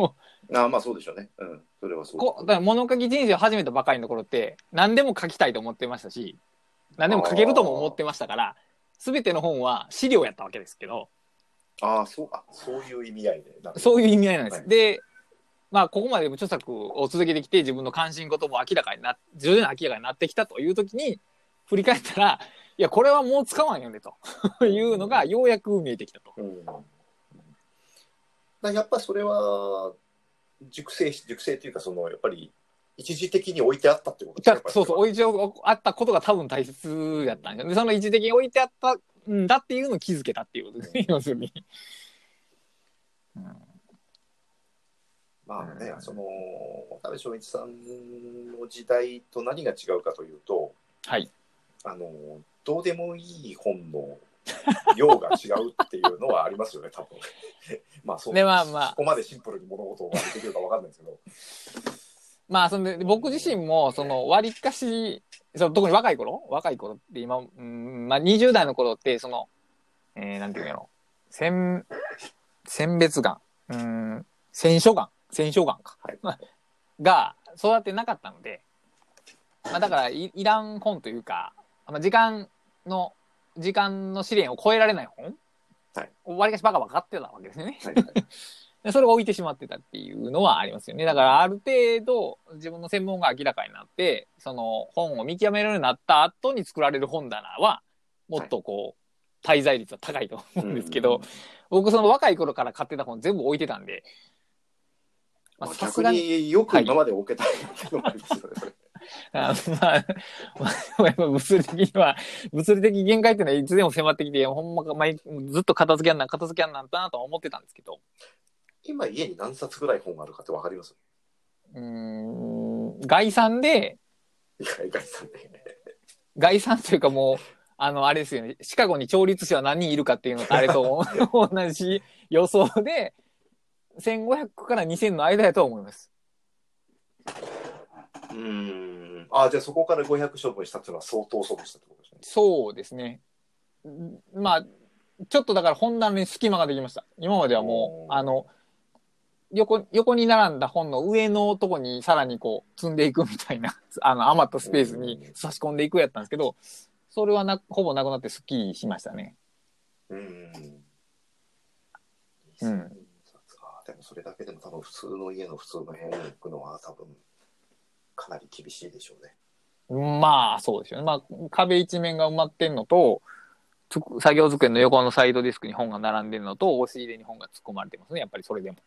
ああ、まあそうでしょうね。うん。それはそう。 こだから物書き人生を始めたばかりの頃って、何でも書きたいと思ってましたし、何でも書けるとも思ってましたから、すべての本は資料やったわけですけど。 ああ、そう、あ、そういう意味合いで。 そういう意味合いなんです。はい、で、まあ、ここまで著作を続けてきて、自分の関心事も明らかにな、徐々に明らかになってきたというときに、振り返ったら、いや、これはもう使わんよね、というのが、ようやく見えてきたと。うん、 だやっぱそれは、熟成、熟成というか、その、やっぱり、一時的に置いてあったってことですか。そうそう、置いてあったことが多分大切やったんで、その一時的に置いてあったんだっていうのを気づけたっていうことですね、要するに。 うん、まあね、うん、その、渡部正一さんの時代と何が違うかというと、 はい。 あの、どうでもいい本の量が違うっていうのはありますよね、多分。まあそう、 で、まあまあ、 そこまでシンプルに物事を割りできるか分かんないですけど。 まあ、その僕自身も、その、割りかし、その特に若い頃若い頃って今、うん、まあにじゅう代の頃って、その、えー、なんていうの、選、選別眼、うん、選書眼、選書眼か。はい、が、育ってなかったので、まあだからい、いらん本というか、まあ、時間の、時間の試練を超えられない本、はい、割りかしバカバカ買ってたわけですよね。はいはい、それを置いてしまってたっていうのはありますよね。だからある程度自分の専門が明らかになって、その本を見極めるようになった後に作られる本棚は、もっとこう、滞在率は高いと思うんですけど、はい、僕その若い頃から買ってた本全部置いてたんで、 まあ、逆によく今まで置けたっていうのがありますよね、それ。 あまあ、まあ、物理的には、物理的限界っていうのはいつでも迫ってきて、ほんま、まあ、ずっと片付けやんな、片付けやんなんだなとは思ってたんですけど。 今家に何冊ぐらい本があるかってわかります？ うーん、概算で、 概算で。 概算というかもう、あの、あれですよね、シカゴに調律師は何人いるかっていうのとあれと同じ予想で、せんごひゃくからにせんの間やと思います。 うーん。あ、じゃあそこからごひゃく処分したっていうのは相当処分したってことですね。 そうですね。まあ、ちょっとだから本棚に隙間ができました。今まではもう、あの、横、横に並んだ本の上のとこにさらにこう積んでいくみたいな、あの余ったスペースに差し込んでいくやったんですけど、それはな、ほぼなくなってスッキリしましたね。うん。 うん。でもそれだけでも多分普通の家の普通の部屋に行くのは多分かなり厳しいでしょうね。まあそうですよね。まあ壁一面が埋まってんのと、作業机の横のサイドディスクに本が並んでるのと、押し入れに本が突っ込まれてますね。やっぱりそれでも。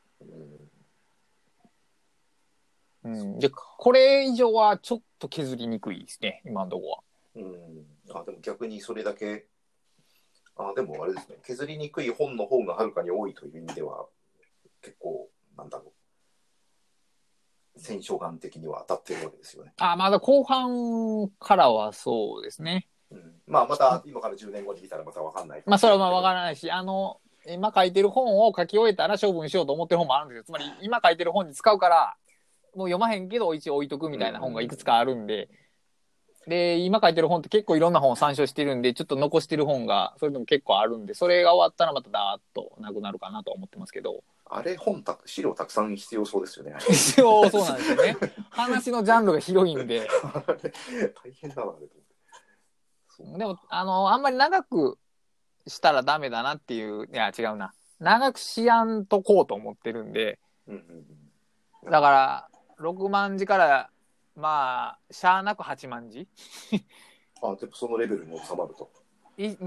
うん。うん。で、これ以上はちょっと削りにくいですね。今のところは。 うん。あ、でも逆にそれだけ、あ、でもあれですね。削りにくい本の方がはるかに多いという意味では、結構、なんだろう。戦書眼的には当たってるわけですよね。 あ、まだ後半からはそうですね。 うん、まあまた今からじゅうねんごに見たらまた分かんない。 まあそれはまあ分からないし、あの、今書いてる本を書き終えたら処分しようと思ってる本もあるんですよ。つまり今書いてる本に使うから、もう読まへんけど一応置いとくみたいな本がいくつかあるんで、で、今書いてる本って結構いろんな本を参照してるんで、ちょっと残してる本がそれでも結構あるんで、それが終わったらまたダーッとなくなるかなと思ってますけど。 あれ本た資料たくさん必要そうですよね。 必要そうなんですよね。話のジャンルが広いんで。 大変だな、あれ。 でも、あの、あんまり長くしたらダメだなっていう、いや、違うな。長くしやんとこうと思ってるんで、うんうんうん、だから、ろくまん字から、まあ、しゃーなくはちまん字あ、でもそのレベルに収まると。 い、うん、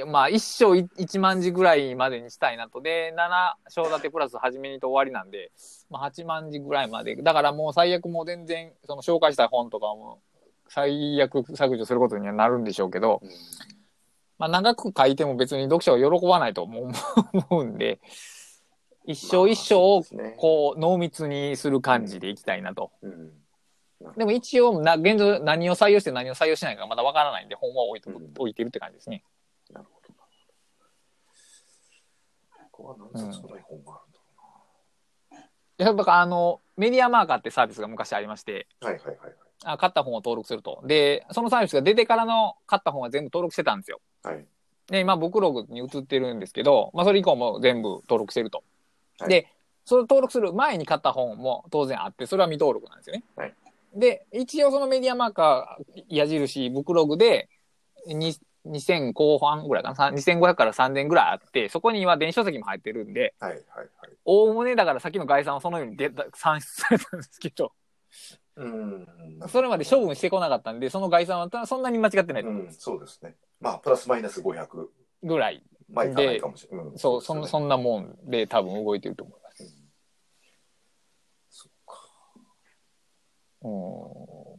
まあ、一章一万字ぐらいまでにしたいなと。で、なな章立てプラス初めにと終わりなんで、まあ、はちまん字ぐらいまで。だからもう最悪もう全然、その紹介した本とかも、最悪削除することにはなるんでしょうけど、うん、まあ長く書いても別に読者は喜ばないと思うんで、一章一章をこう濃密にする感じでいきたいなと。うんうん、でも一応な現状何を採用して何を採用しないかまだわからないんで本は置いとく、うん、置いてるって感じですね。なるほど。 ここは何冊ぐらい本があるんだろうな。 いやだからあのメディアマーカーってサービスが昔ありまして。 はいはいはいはい。 あ買った本を登録すると。で、そのサービスが出てからの買った本は全部登録してたんですよ。はい。で、今、ブックログに移ってるんですけど、まあ、それ以降も全部登録してると。はい、で、 それ登録する前に買った本も当然あって、それは未登録なんですよね。 はい、 で、一応そのメディアマーカー矢印ブクログでににせん後半ぐらいかな、にせんごひゃくからさんぜんぐらいあって、そこには電子書籍も入ってるんで、 はいはいはい。 おおむねだからさっきの概算はそのように出た算出されたんですけど、 うん、 それまで処分してこなかったんで、その概算はそんなに間違ってないと思います。 うん、そうですね。まあプラスマイナスごひゃくぐらいまあいかないかもしれない。 うん、そう、そんそんなもんで多分動いてると思います。うん、 そっか。 うん。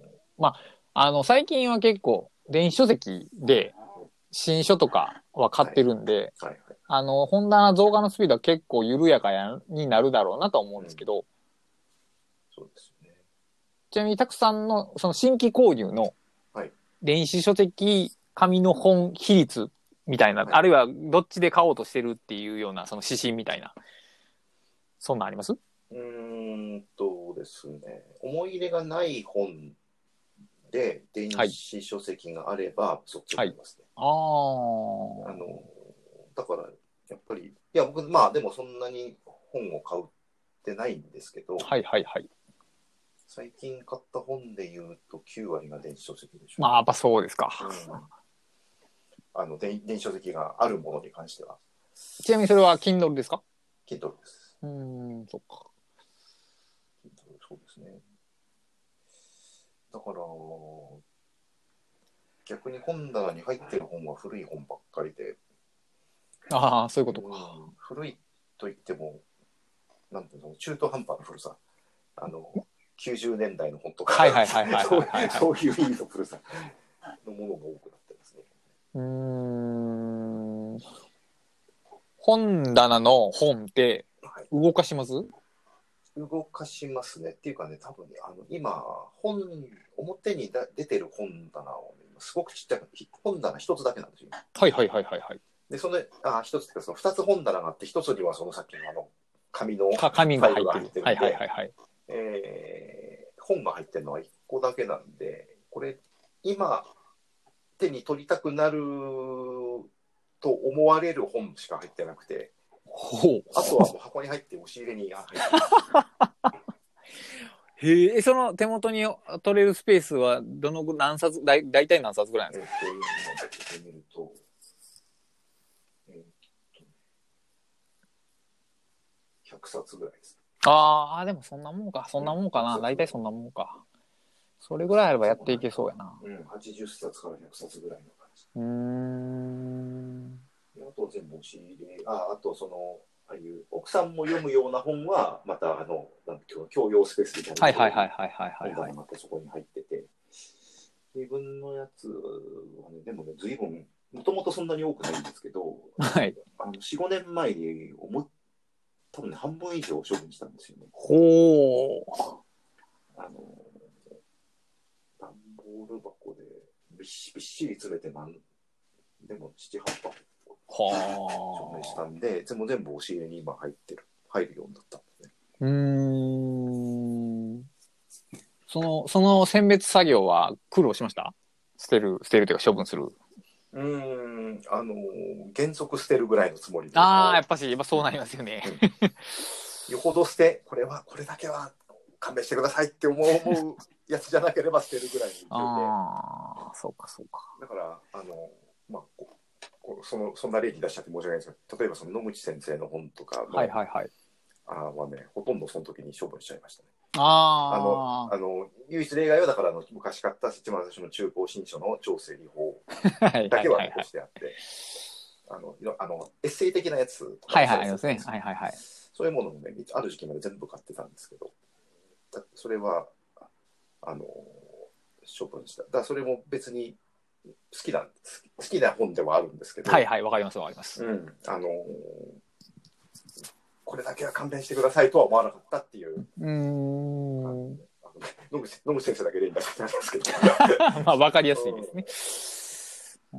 まああの最近は結構電子書籍で新書とかは買ってるんで、はいはいはい、あの本棚増加のスピードは結構緩やかやになるだろうなと思うんですけど、うん、 そうですね。 ちなみにたくさんのその新規購入の電子書籍紙の本比率みたいな、はい、あるいはどっちで買おうとしてるっていうようなその指針みたいな、そんなんあります？ うーんとですね、思い入れがない本で電子書籍があれば、はい、そっちを買いますね。はい、ああのだからやっぱりいや僕まあでもそんなに本を買うってないんですけど、 はいはいはい。 最近買った本でいうときゅう割が電子書籍でしょ。 まあやっぱそうですか。 うん、あの電子書籍があるものに関しては。 ちなみにそれは Kindle ですか？ Kindle です。 うーん、そっか。 Kindle そうですね。だから逆に本棚に入ってる本は古い本ばっかりで。 ああ、そういうことか。 うん、古いといってもなんていうの、中途半端な古さ。あのきゅうじゅうねんだいの本とか、 はいはいはいはいはいはい、 そういう意味の古さのものが多くなってますね。 うーん。本棚の本って動かします？はい、 動かしますね。っていうかね、多分ね、あの今本表にだ出てる本棚を、ね、すごくちっちゃく本棚一つだけなんですよ。 はいはいはいはいはい。 でそのあ一つっていうかその二つ本棚があって一つにはそのさっきのあの紙のフ紙が入ってる。 るはいはいはいはい。 えー、本が入ってるのはいっこだけなんで、これ今手に取りたくなると思われる本しか入ってなくて、 ほうあとはもう箱に入って押し入れに入ってます。 へえ、その手元に取れるスペースはどの何冊だい大体何冊ぐらいなんですか？えー、と見ると、 えー、ひゃくさつぐらいです。 ああ、でもそんなもんか。そんなもんかな。大体そんなもんか。それぐらいあればやっていけそうやな。 うん、はちじゅっさつからひゃくさつぐらいの感じ。 うーん。 あと全部押し入れ、あ、あとその、ああいう奥さんも読むような本は、またあの、なんていうの、共用スペースみたいな。 はいはいはいはいはいはい、はい。 またそこに入ってて。自分のやつはね、でもね、随分、もともとそんなに多くないんですけど、 はい。 あのよん、ごねんまえに思っ多分ね、半分以上処分したんですよね。 ほー。 あの、段ボール箱でびっしびっしり詰めてなん、でもなな、はっぱん処分したんで、全部全部押し入れに今入ってる、入るようになったんですね。 うーん。その、その選別作業は苦労しました？捨てる、捨てるというか処分する。 うーん、あの、原則捨てるぐらいのつもりで。 ああ、やっぱし、やっぱそうなりますよね。 うん、よほど捨て、これは、これだけは勘弁してくださいって思う思うやつじゃなければ捨てるぐらいの勢いで。 ああ、そうかそうか。 だから、あの、まあ、ここそのそんな例に出しちゃって申し訳ないですけど、例えばその野口先生の本とかの、 はいはいはい。 あはね、ほとんどその時に処分しちゃいましたね。 ああの、あの、唯一例外はだからあの昔買った一番最初の中高新書の長生理法だけは残してあって、あの、あのエッセイ的なやつとか、 はいはいありますね。はいはいはい。 そういうものをね、ある時期まで全部買ってたんですけど、だそれはあの処分した。だからそれも別に好きな好きな本ではあるんですけど、 はいはいわかりますわかります。 うん、あのこれだけは勘弁してくださいとは思わなかったっていう。うーん。野口、野口先生だけ例に出してたんですけど。 まあ分かりやすいですね。うん、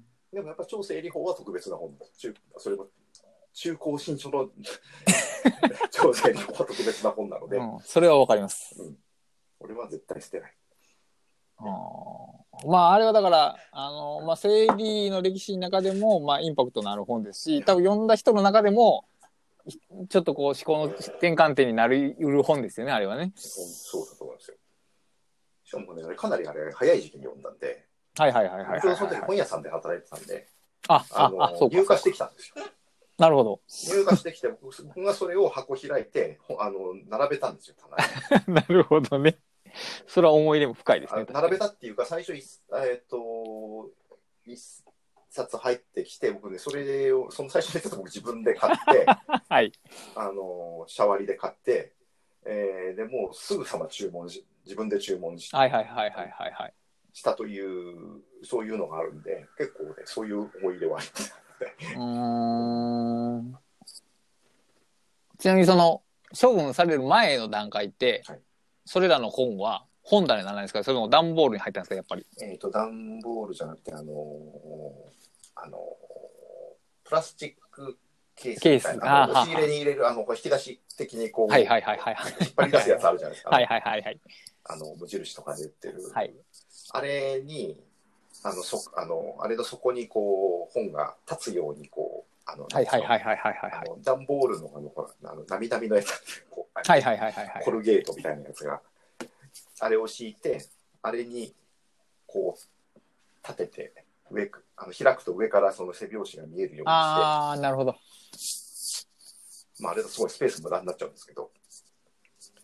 でもやっぱ超整理法は特別な本です。中それも中高新書の超整理法は特別な本なので、うん、 それは分かります。 うん。俺は絶対捨てない。 あまああれはだからあの、まあ、整理の歴史の中でも、まあ、インパクトのある本ですし、多分読んだ人の中でもちょっとこう思考の転換点になりうる本ですよね、あれはね。 そうだと思いますよ。しかもね、かなりあれ早い時期に読んだんで、 はいはいはいはい、はい。 僕はその時本屋さんで働いてたんで、 あ、あのあ、そうか。 入荷してきたんですよ。 なるほど。 入荷してきて、僕がそれを箱開いて、あの並べたんですよ、 棚に。なるほどね。それは思い入れも深いですね。 並べたっていうか、最初、えっと、一冊入ってきて、僕ね、それを、その最初のやつ僕自分で買って、はい、あの、シャワリで買って、えー、でもうすぐさま注文し、自分で注文して、 はいはいはいはいはい、はい。 したという、そういうのがあるんで、結構ね、そういう思い入れはありますうーん。ちなみにその、処分される前の段階って、はい、それらの本は本棚にならないですか？それとも段ボールに入ったんですか、やっぱり。 えっと、段ボールじゃなくて、あのー、あのー、プラスチックケースみたいな、押し入れに入れる、あの、引き出し的にこう、はいはいはいはい、引っ張り出すやつあるじゃないですか。 はいはいはいはい。 あの、無印とかで売ってる。 はい。 あれに、あの、そ、あの、あれの底にこう、本が立つようにこう、あの、 はいはいはいはいはいはい。 段ボールのあの、ほら、あの、なみなみのやつ、こう、 はいはいはいはいはい。 コルゲートみたいなやつが、あれを敷いて、あれに、こう、立てて、上、あの開くと上からその背表紙が見えるようにして。 ああ、なるほど。 まあ、あれだとすごいスペース無駄になっちゃうんですけど。 うん。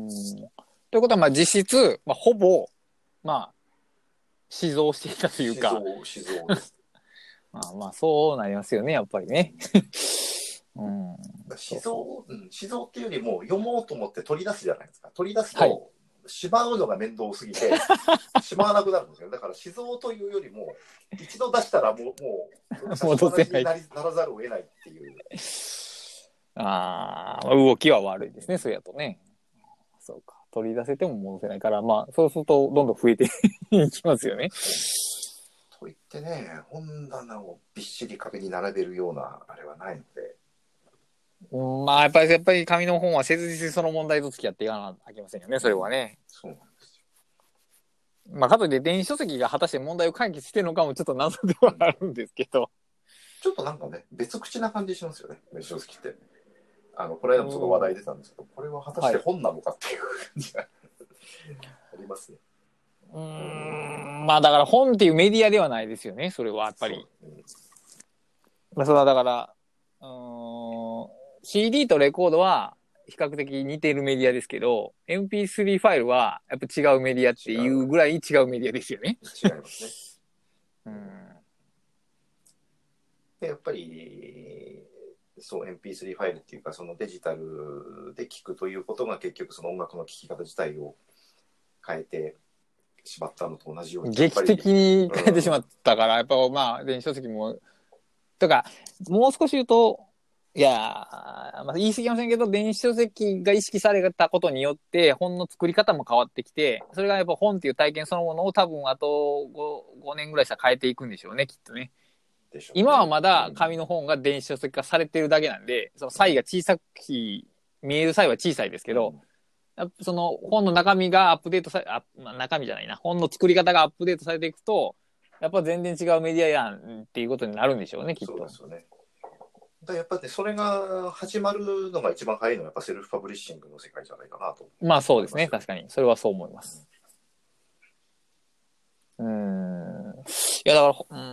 ということは、まあ実質、まあ、ほぼ、まあ、死蔵していたというか。 死蔵、死蔵です。 まあまあ、そうなりますよね、やっぱりね。 うん、死蔵、うん、死蔵っていうよりも読もうと思って取り出すじゃないですか。取り出すと、はい、しまうのが面倒すぎてしまわなくなるんですよ。だから死蔵というよりも一度出したらもうもう戻せないにならざるを得ないっていう。 ああ、動きは悪いですね、それやとね。そうか、取り出せても戻せないから、まあそうするとどんどん増えていきますよね。 と言ってね、本棚をびっしり壁に並べるようなあれはないので。 うん、まあやっぱりやっぱり紙の本は切実にその問題と付き合っていかなきゃいけませんよね、それはね。 そうなんですよ。まあかといって電子書籍が果たして問題を解決してるのかもちょっと謎ではあるんですけど。 ちょっとなんかね、別口な感じしますよね、電子書籍って。あのこの間もちょっと話題出たんですけど、これは果たして本なのかっていう感じが、はい、ありますね。 うーん、まあだから本っていうメディアではないですよね、それはやっぱり。そ,、うん、まあ、それはだから、うーん、シーディー とレコードは比較的似ているメディアですけど、エムピースリー ファイルはやっぱ違うメディアっていうぐらい違うメディアですよね。 違いますね。うん、でやっぱりそう エムピースリー ファイルっていうかそのデジタルで聞くということが結局その音楽の聴き方自体を変えてしまったのと同じように劇的に変えてしまったから、うん、やっぱまあ電子書籍もとかもう少し言うといや、まあ、言い過ぎませんけど電子書籍が意識されたことによって本の作り方も変わってきて、それがやっぱ本っていう体験そのものを多分あと 5, ごねんぐらいしたら変えていくんでしょうね、きっとね。ね、今はまだ紙の本が電子書籍化されてるだけなんで、その差異が小さく見える差異は小さいですけど、うん、その本の中身がアップデートされ、あ、まあ、中身じゃないな、本の作り方がアップデートされていくと、やっぱ全然違うメディアやんっていうことになるんでしょうね、きっと。 そうですよね。だやっぱり、ね、それが始まるのが一番早いのはやっぱセルフパブリッシングの世界じゃないかなと。 まあそうですね、確かに。それはそう思います。うん。いやだから、うん。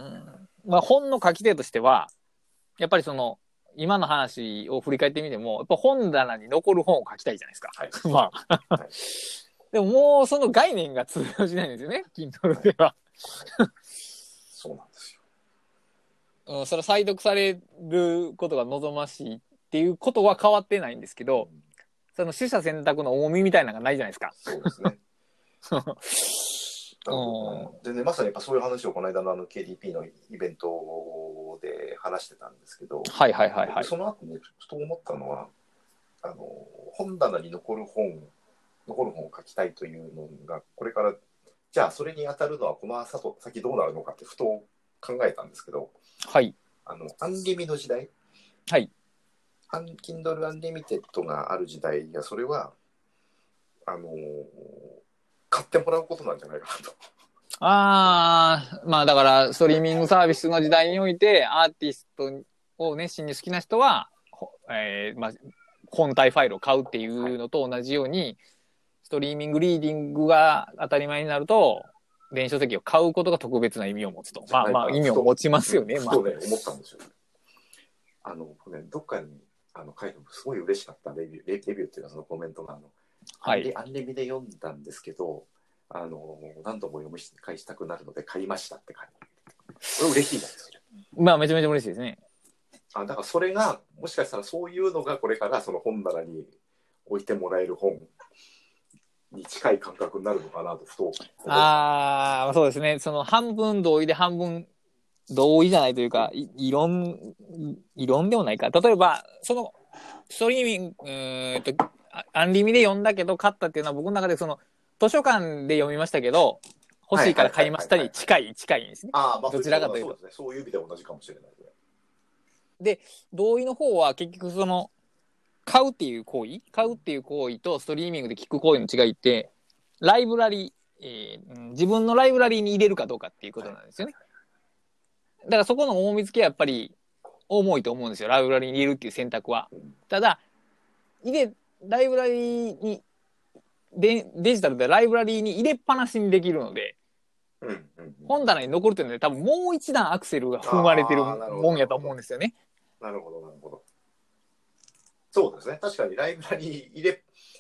まあ、本の書き手としては、やっぱりその、今の話を振り返ってみても、やっぱ本棚に残る本を書きたいじゃないですか。はい、まあ、はい。でももうその概念が通用しないんですよね、Kindle では。 そうなんですよ。うん、それ再読されることが望ましいっていうことは変わってないんですけど、うん、その取捨選択の重みみたいなのがないじゃないですか。 そうですね。うん、でね、まさにやっぱそういう話をこの間のあの ケーディーピー のイベントで話してたんですけど、 はいはいはいはい、 その後ね、ふと思ったのは、あの本棚に残る本、残る本を書きたいというのが、これから、じゃあそれに当たるのはこの先どうなるのかってふと考えたんですけど、 はい。 あの、アンリミの時代、 はい。 Kindle Unlimited がある時代が、それは、あのー、買ってもらうことなんじゃないかなと。 ああ、まあだからストリーミングサービスの時代においてアーティストを熱心に好きな人はえーまあ、本体ファイルを買うっていうのと同じように、ストリーミングリーディングが当たり前になると、電子書籍を買うことが特別な意味を持つと。まあまあ意味を持ちますよね。 ふとね、思ったんですよ。あの、ね、どっかにあの書いてすごい嬉しかったレビュー、レビューっていうかそのコメントがあの、はい、アンレミで読んだんですけど、あの何度も読み返したくなるので買いましたって感じ。これ嬉しいじゃないですか。 まあめちゃめちゃ嬉しいですね。 あ、だからそれがもしかしたらそういうのがこれからその本棚に置いてもらえる本に近い感覚になるのかなとふと。 ああ、そうですね。その半分同意で半分同意じゃないというか、い異論異論でもないか。例えばそのストリーミングうーんとアンリミで読んだけど買ったっていうのは僕の中でその図書館で読みましたけど欲しいから買いましたに近い近いんですね。 ああ、まあ、 どちらかというと。 そうですね。そういう意味で同じかもしれない。 で、同意の方は結局その買うっていう行為、買うっていう行為とストリーミングで聞く行為の違いって、ライブラリー、えー、自分のライブラリーに入れるかどうかっていうことなんですよね。だからそこの大見つけはやっぱり重いと思うんですよ。ライブラリーに入れるっていう選択は。ただ、入れライブラリーにデデジタルでライブラリーに入れっぱなしにできるので、うんうんうん、本棚に残るっていうので多分もう一段アクセルが踏まれてるもんやと思うんですよね。 なるほどなるほど。そうですね。確かにライブラリー入れ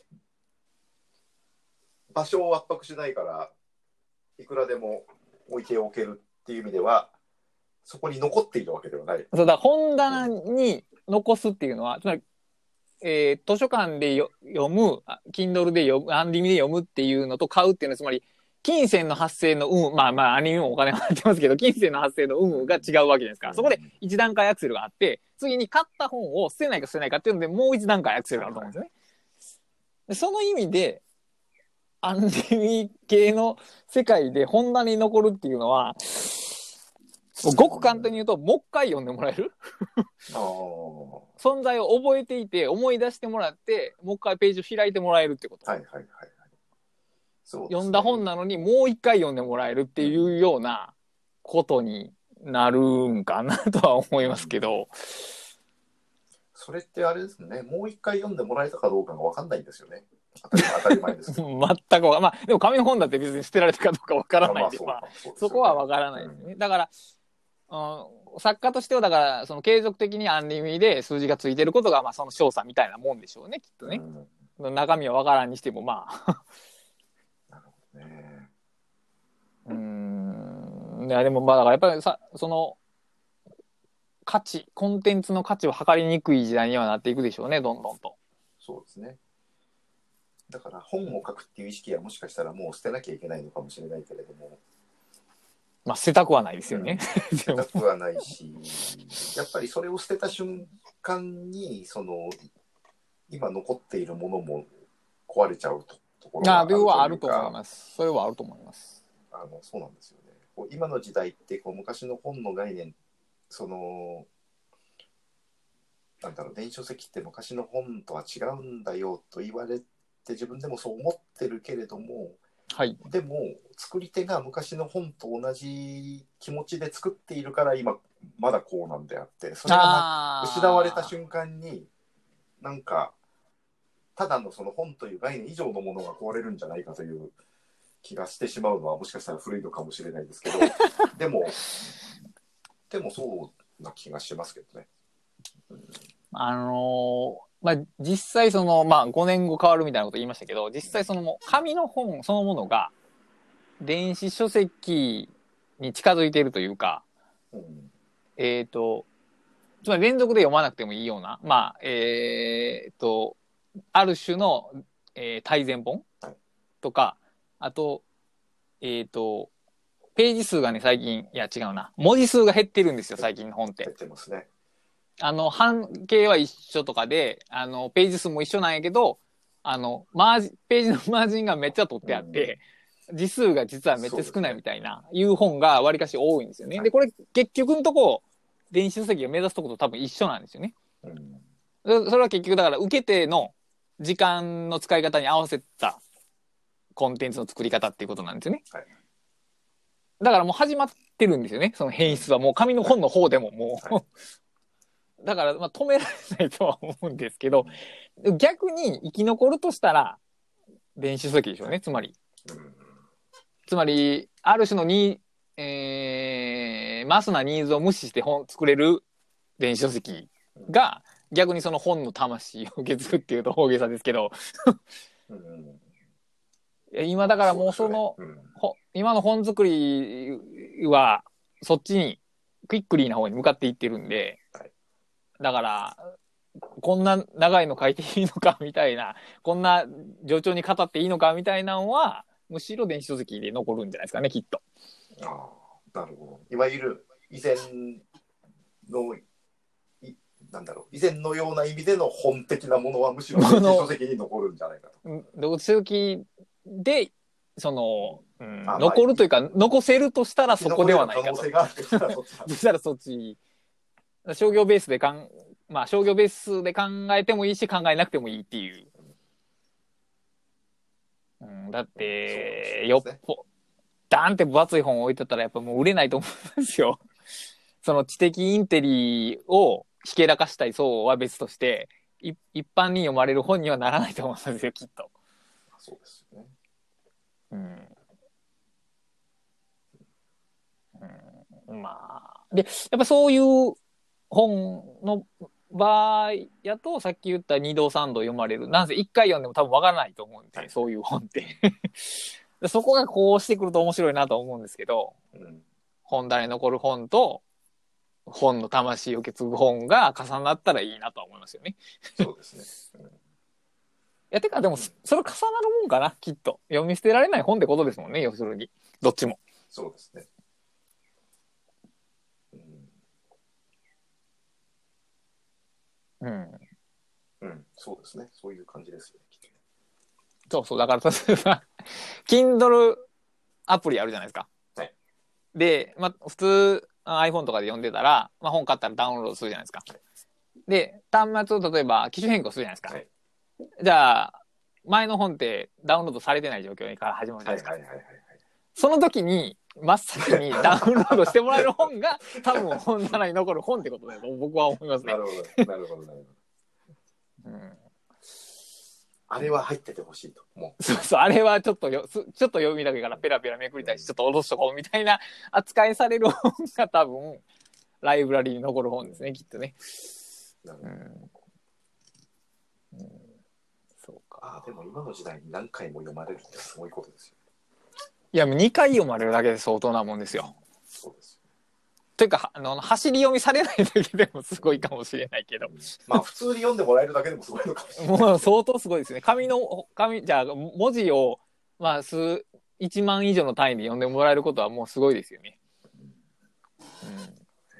場所を圧迫しないからいくらでも置いておけるっていう意味ではそこに残っているわけではない。 そうだ、本棚に残すっていうのは、つまり、えー、図書館でよ読む、Kindle で読む、アンリミで読むっていうのと買うっていうのは、つまり、金銭の発生の有無、まあまあ、アニメもお金払ってますけど、金銭の発生の有無が違うわけですから、そこで一段階アクセルがあって、次に買った本を捨てないか捨てないかっていうので、もう一段階アクセルがあると思うんですよね。でその意味で、アンリミ系の世界で本棚に残るっていうのは、ごく簡単に言うと、もう一回読んでもらえる存在を覚えていて、思い出してもらって、もう一回ページを開いてもらえるってこと。はいはいはい、はいそうですね。読んだ本なのに、もう一回読んでもらえるっていうようなことになるんかなとは思いますけど。 それってあれですね、もう一回読んでもらえたかどうかが分かんないんですよね。当たり前、当たり前ですけど。 全く、まあ、でも紙の本だって別に捨てられたかどうか分からないんで、まあ、そこは分からないですね。うん、だから、うん、作家としてはだからその継続的にアンリミで数字がついてることがまあその賞賛みたいなもんでしょうねきっとね、うん、中身は分からんにしてもまあなるほどね。うーんいやでもまあだからやっぱりさその価値コンテンツの価値を測りにくい時代にはなっていくでしょうねどんどんと。 そうですね。だから本を書くっていう意識はもしかしたらもう捨てなきゃいけないのかもしれないけれども。 まあ捨てたくはないですよね。 うん、捨てたくはないし、やっぱりそれを捨てた瞬間にその今残っているものも壊れちゃうところがあるというか。あ、はあると思います。 それはあると思います。 あのそうなんですよね。こう今の時代ってこう昔の本の概念、そのなんだろう電子書籍って昔の本とは違うんだよと言われて自分でもそう思ってるけれども。はい、でも作り手が昔の本と同じ気持ちで作っているから今まだこうなんであってそれが失われた瞬間になんかただのその本という概念以上のものが壊れるんじゃないかという気がしてしまうのはもしかしたら古いのかもしれないですけどでもでもそうな気がしますけどね。うん、 あのーまあ、実際その、まあ、ごねんご変わるみたいなこと言いましたけど、実際その紙の本そのものが電子書籍に近づいているというか、うん、えっと、つまり連続で読まなくてもいいような、まあ、えっと、ある種の、えー、対前本とか、あと、えっと、ページ数がね、最近、いや違うな、文字数が減ってるんですよ、最近の本って。 減ってますね。 あの半径は一緒とかであのページ数も一緒なんやけどあのマージページのマージンがめっちゃ取ってあって、うん、字数が実はめっちゃ少ないみたいないう本がわりかし多いんですよね。でこれ結局のとこ電子書籍が目指すとこと多分一緒なんですよね。うん、それは結局だから受け手の時間の使い方に合わせたコンテンツの作り方っていうことなんですよね。はい、だからもう始まってるんですよねその変質はもう紙の本の方でももう、はいだからまあ止められないとは思うんですけど、逆に生き残るとしたら電子書籍でしょうね。つまり、うん、つまりある種のに、えー、マスなニーズを無視して本作れる電子書籍が逆にその本の魂を受け継ぐっていうと大げさですけど、うん、今だからもうそのそ、ね、うん、今の本作りはそっちにクイックリーな方に向かっていってるんで、はい、だからこんな長いの書いていいのかみたいな、こんな冗長に語っていいのかみたいなのはむしろ電子書籍で残るんじゃないですかね、きっと。 ああ、なるほど。いわゆる以前のなんだろう、以前のような意味での本的なものはむしろ電子書籍に残るんじゃないかと。 電子書籍でその、うん、残るというか、まあ、残せるとしたらそこではないかと。可能性があるとしたらそっちそしたらそっち。商業ベースでかん、まあ商業ベースで考えてもいいし考えなくてもいいっていう。うん、だって、ね、よっぽダーンって分厚い本置いてたらやっぱもう売れないと思うんですよ。その知的インテリをひけらかしたい層は別として、一般に読まれる本にはならないと思うんですよ、きっと。 そうですよね。 うん。うん、まあ。で、やっぱそういう本の場合やと、さっき言ったにどさんど読まれる。なんせいっかい読んでも多分わからないと思うんで、はい、そういう本って。そこがこうしてくると面白いなと思うんですけど、うん、本棚に残る本と、本の魂を受け継ぐ本が重なったらいいなとは思いますよね。 そうですね。うん、いや、てかでも、それ重なるもんかな、きっと。読み捨てられない本ってことですもんね、要するに。どっちも。 そうですね。うん。うん、そうですね。そういう感じですよね、きっとね。 そうそう。だから、例えば、Kindle アプリあるじゃないですか。はい。で、まあ、普通、iPhone とかで読んでたら、まあ、本買ったらダウンロードするじゃないですか。はい、で、端末を例えば機種変更するじゃないですか。はい、じゃあ、前の本ってダウンロードされてない状況から始まるじゃないですか。はいはいはいはい、その時に、真っ先にダウンロードしてもらえる本が、多分本棚に残る本ってことだと僕は思いますね。 なるほど、なるほど、なるほど。うん、あれは入っててほしいと。もう。 そうそう、あれはちょっとよ、ちょっと読みだけからペラペラめくりたいし、ちょっと下ろしとこうみたいな扱いされる本が多分、ライブラリーに残る本ですね、きっとね。なるほど。 うんうん、そうか。あ、でも今の時代に何回も読まれるってすごいことですよ。 いや、もうにかい読まれるだけで相当なもんですよ。そうです。というか、あの、走り読みされないだけでもすごいかもしれないけど。 まあ、普通に読んでもらえるだけでもすごいのかもしれない。 もう相当すごいですね。紙の、紙、じゃあ、文字を、まあ、数、いちまん以上の単位で読んでもらえることはもうすごいですよね。うん。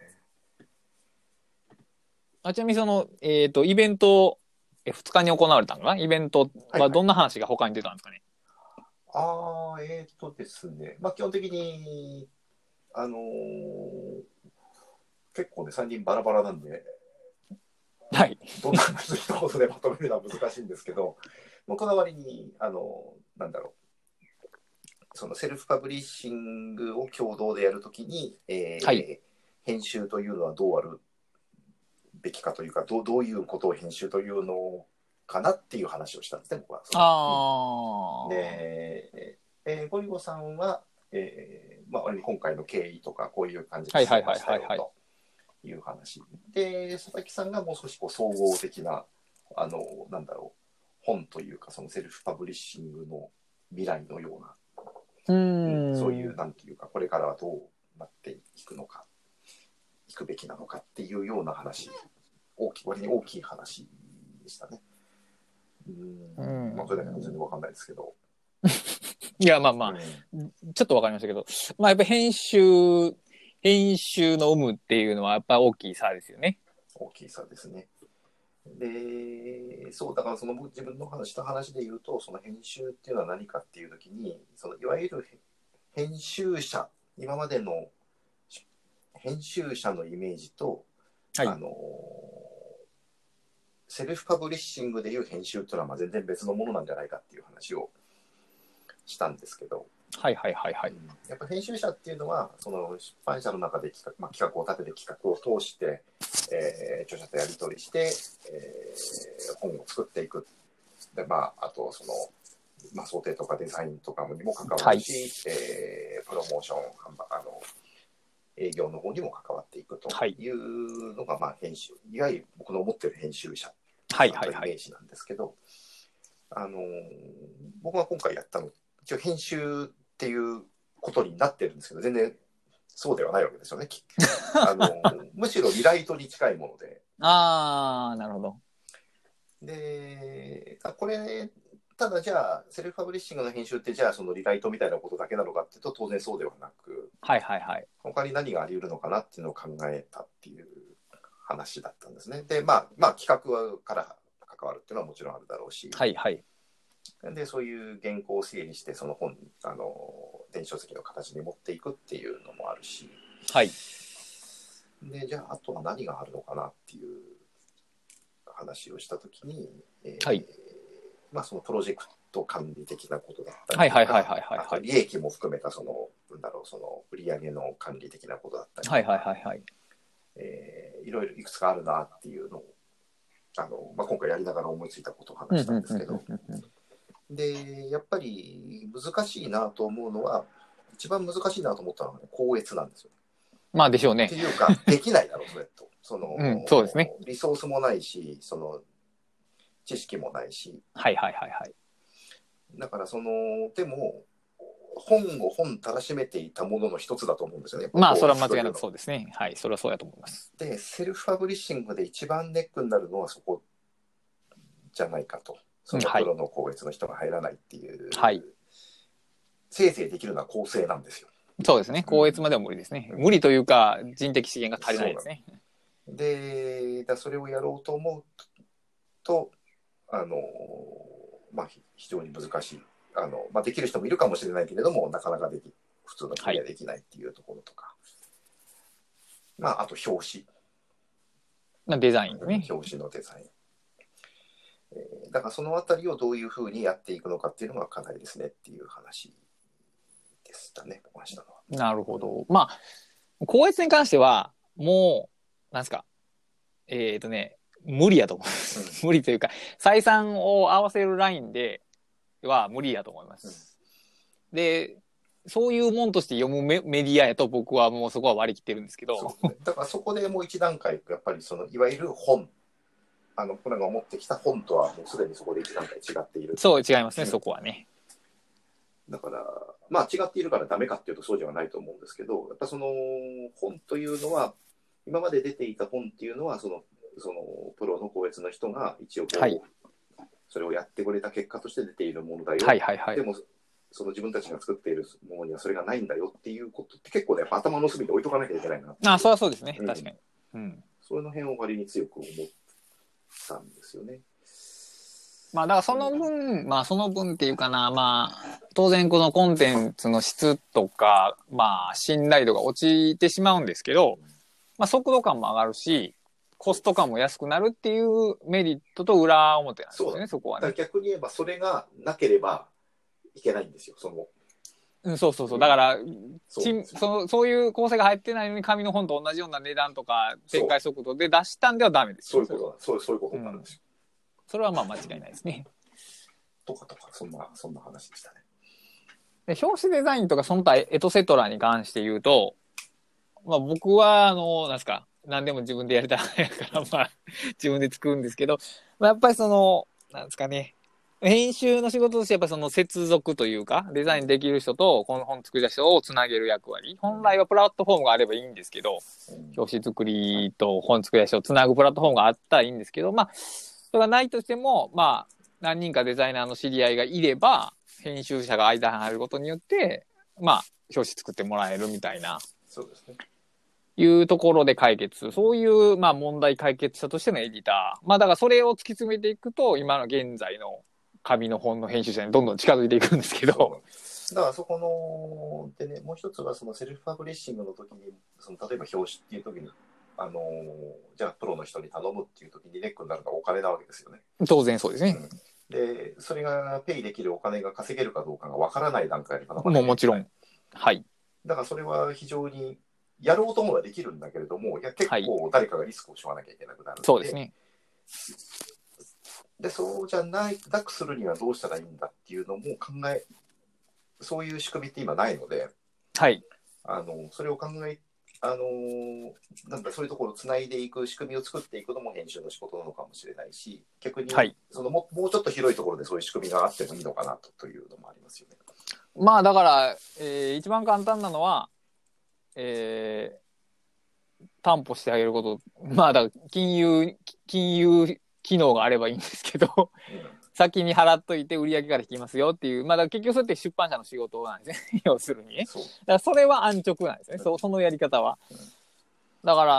あ、ちなみにその、えっと、イベント、え、ふつかに行われたのかなイベントはどんな話が他に出たんですかね。 はいはい、ああ、えっとですね。まあ、基本的に、あのー、結構ね、さんにんバラバラなんで、 はい。 どんな話一言でまとめるのは難しいんですけど、もうこの割に、あのー、なんだろう、そのセルフパブリッシングを共同でやるときに、えーはい、編集というのはどうあるべきかというか、どう、どういうことを編集というのかなっていう話をしたんですね、僕は。あで、えー、ゴリゴさんは、えーまあ、今回の経緯とかこういう感じでしましたよという話で、佐々木さんがもう少しこう総合的なあのなんだろう本というかそのセルフパブリッシングの未来のような、うんうん、そういうなんていうかこれからはどうなっていくのかいくべきなのかっていうような話、大き割に大きい話でしたね。うん、うん、まあ、それだけは全然わかんないですけど。 いや、まあまあ、うん、ちょっとわかりましたけど、まあやっぱ編集、編集の有無っていうのはやっぱ大きい差ですよね。 大きい差ですね。で、そう、だからその自分の話した話で言うと、その編集っていうのは何かっていうときに、そのいわゆる編集者、今までの編集者のイメージと、はい、あの、セルフパブリッシングでいう編集っていうのはまあ全然別のものなんじゃないかっていう話をしたんですけど、 はいはいはいはい。 やっぱ編集者っていうのはその出版社の中で企画、まあ、企画を立てて企画を通してえー、著者とやり取りして、えー、本を作っていく。で、まあ、あと、その、まあ、想定とかデザインとかにも関わるし、はい、えー、プロモーション、あの、営業の方にも関わっていくというのが、はい、まあ、編集、いわゆる僕の思ってる編集者のイメージなんですけど、あの、僕が今回やったの、一応編集っていうことになってるんですけど、全然そうではないわけですよね。あのむしろリライトに近いもので。 ああ、なるほど。 で、これ、ただじゃあ、セルフパブリッシングの編集って、じゃあそのリライトみたいなことだけなのかっていうと、当然そうではなく、 はいはいはい。 他に何があり得るのかなっていうのを考えたっていう話だったんですね。で、まあ、まあ、企画から関わるっていうのはもちろんあるだろうし、 はいはい。 で、そういう原稿を整理して、その本、あの、電子書籍の形に持っていくっていうのもあるし、 はい。 で、じゃあ、あとは何があるのかなっていう話をしたときに、えー、 はい。 まあ、そのプロジェクト管理的なことだったりとか、はいはいはいはい、はい、 あと利益も含めたその、なんだろう、その売上の管理的なことだったりとか、 はいはいはいはい、 えー、いろいろいくつかあるなっていうのを、あの、まあ、今回やりながら思いついたことを話したんですけど、で、やっぱり難しいなと思うのは、一番難しいなと思ったのは、ね、校閲なんですよ。 まあでしょうね。 っていうか、できないだろう、それと。その、 うん、そうですね。 リソースもないし、その、知識もないし。 はいはいはいはい。 だから、その、でも、本を本たらしめていたものの一つだと思うんですよね。 まあ、それは間違いなくそうですね。はい、それはそうやと思います。 で、セルフパブリッシングで一番ネックになるのはそこじゃないかと。そのプロの校閲の人が入らないっていう。はい。せいぜいできるのは構成なんですよ。 そうですね。校閲までは無理ですね。うん、無理というか、人的資源が足りないですね。 で、だそれをやろうと思うと、あの、まあ、非常に難しい。あの、まあ、できる人もいるかもしれないけれども、なかなかでき、普通の人にはできないっていうところとか。はい、まあ、あと表紙。デザインね。 表紙のデザイン。えー、だからそのあたりをどういうふうにやっていくのかっていうのが課題ですねっていう話でしたね、お話したのは。 なるほど。まあ、校閲に関しては、もう、なんですか、えっ、ー、とね、無理やと思います。うん、無理というか、採算を合わせるラインでは無理やと思います。うん、で、そういうもんとして読む メ, メディアやと僕はもうそこは割り切ってるんですけど。 そうね、だからそこでもう一段階、やっぱりその、いわゆる本。あの、これが持ってきた本とはもうすでにそこで一段階違っている。 そう、違いますね、うん、そこはね。 だから、まあ違っているからダメかっていうとそうではないと思うんですけど、やっぱその本というのは、今まで出ていた本っていうのは、その、そのプロの校閲の人が一応こう、はい、それをやってくれた結果として出ているものだよ。 はいはいはい、 でも、その自分たちが作っているものにはそれがないんだよっていうことって結構ね、やっぱ頭の隅に置いとかなきゃいけないな。 ああ、そりゃそうですね、うん、確かに。 うん。その辺を割に強く思ったんですよね。 まあだからその分、まあその分っていうかな、まあ当然このコンテンツの質とか、まあ信頼度が落ちてしまうんですけど、まあ速度感も上がるし、コスト感も安くなるっていうメリットと裏表なんですよね、そこはね。 逆に言えばそれがなければいけないんですよ、その。 うん、そうそうそう。だから、うん、そうそのそういう構成が入ってないのに紙の本と同じような値段とか展開速度で出したんではダメですよ。そういうことそう、そういうことになるんですよ。 うん、それはまあ間違いないですね。 とかとか、そんな、そんな話でしたね。 で、表紙デザインとかその他エトセトラに関して言うと、まあ僕は、あの、なんですか、何でも自分でやりたいから、まあ自分で作るんですけど、まあ、やっぱりその、なんですかね、編集の仕事としてやっぱその接続というか、デザインできる人とこの本作り出した人をつなげる役割。本来はプラットフォームがあればいいんですけど、表紙作りと本作り出しをつなぐプラットフォームがあったらいいんですけど、まあ、それがないとしても、まあ、何人かデザイナーの知り合いがいれば、編集者が間に入ることによって、まあ、表紙作ってもらえるみたいな。 そうですね。 いうところで解決。そういう、まあ問題解決者としてのエディター。まあだからそれを突き詰めていくと、今の現在の紙の本の編集者にどんどん近づいていくんですけど。 だからそこの、でね、もう一つはそのセルフパブリッシングの時に、その例えば表紙っていう時に、あの、じゃあプロの人に頼むっていう時にネックになるのはお金なわけですよね。 当然そうですね。 うん、で、それがペイできるお金が稼げるかどうかがわからない段階にもうもちろん。はい。 だからそれは非常に、 やろうと思えばできるんだけれども、いや結構誰かがリスクを背負わなきゃいけなくなるので、 そうですね。 でそうじゃないなくするにはどうしたらいいんだっていうのも考え、そういう仕組みって今ないので、 はい、 あのそれを考え、あのなんだそういうところをつないでいく仕組みを作っていくのも編集の仕事なのかもしれないし、逆に、はい、その も, もうちょっと広いところでそういう仕組みがあってもいいのかな と, というのもありますよね。 まあだから、えー、一番簡単なのは、えー、担保してあげること、まあだから金融金融機能があればいいんですけど、うん、先に払っといて売り上げから引きますよっていう、まあだ結局それって出版社の仕事なんですね。要するにね。だからそれは安直なんですね。そ, そのやり方は。だから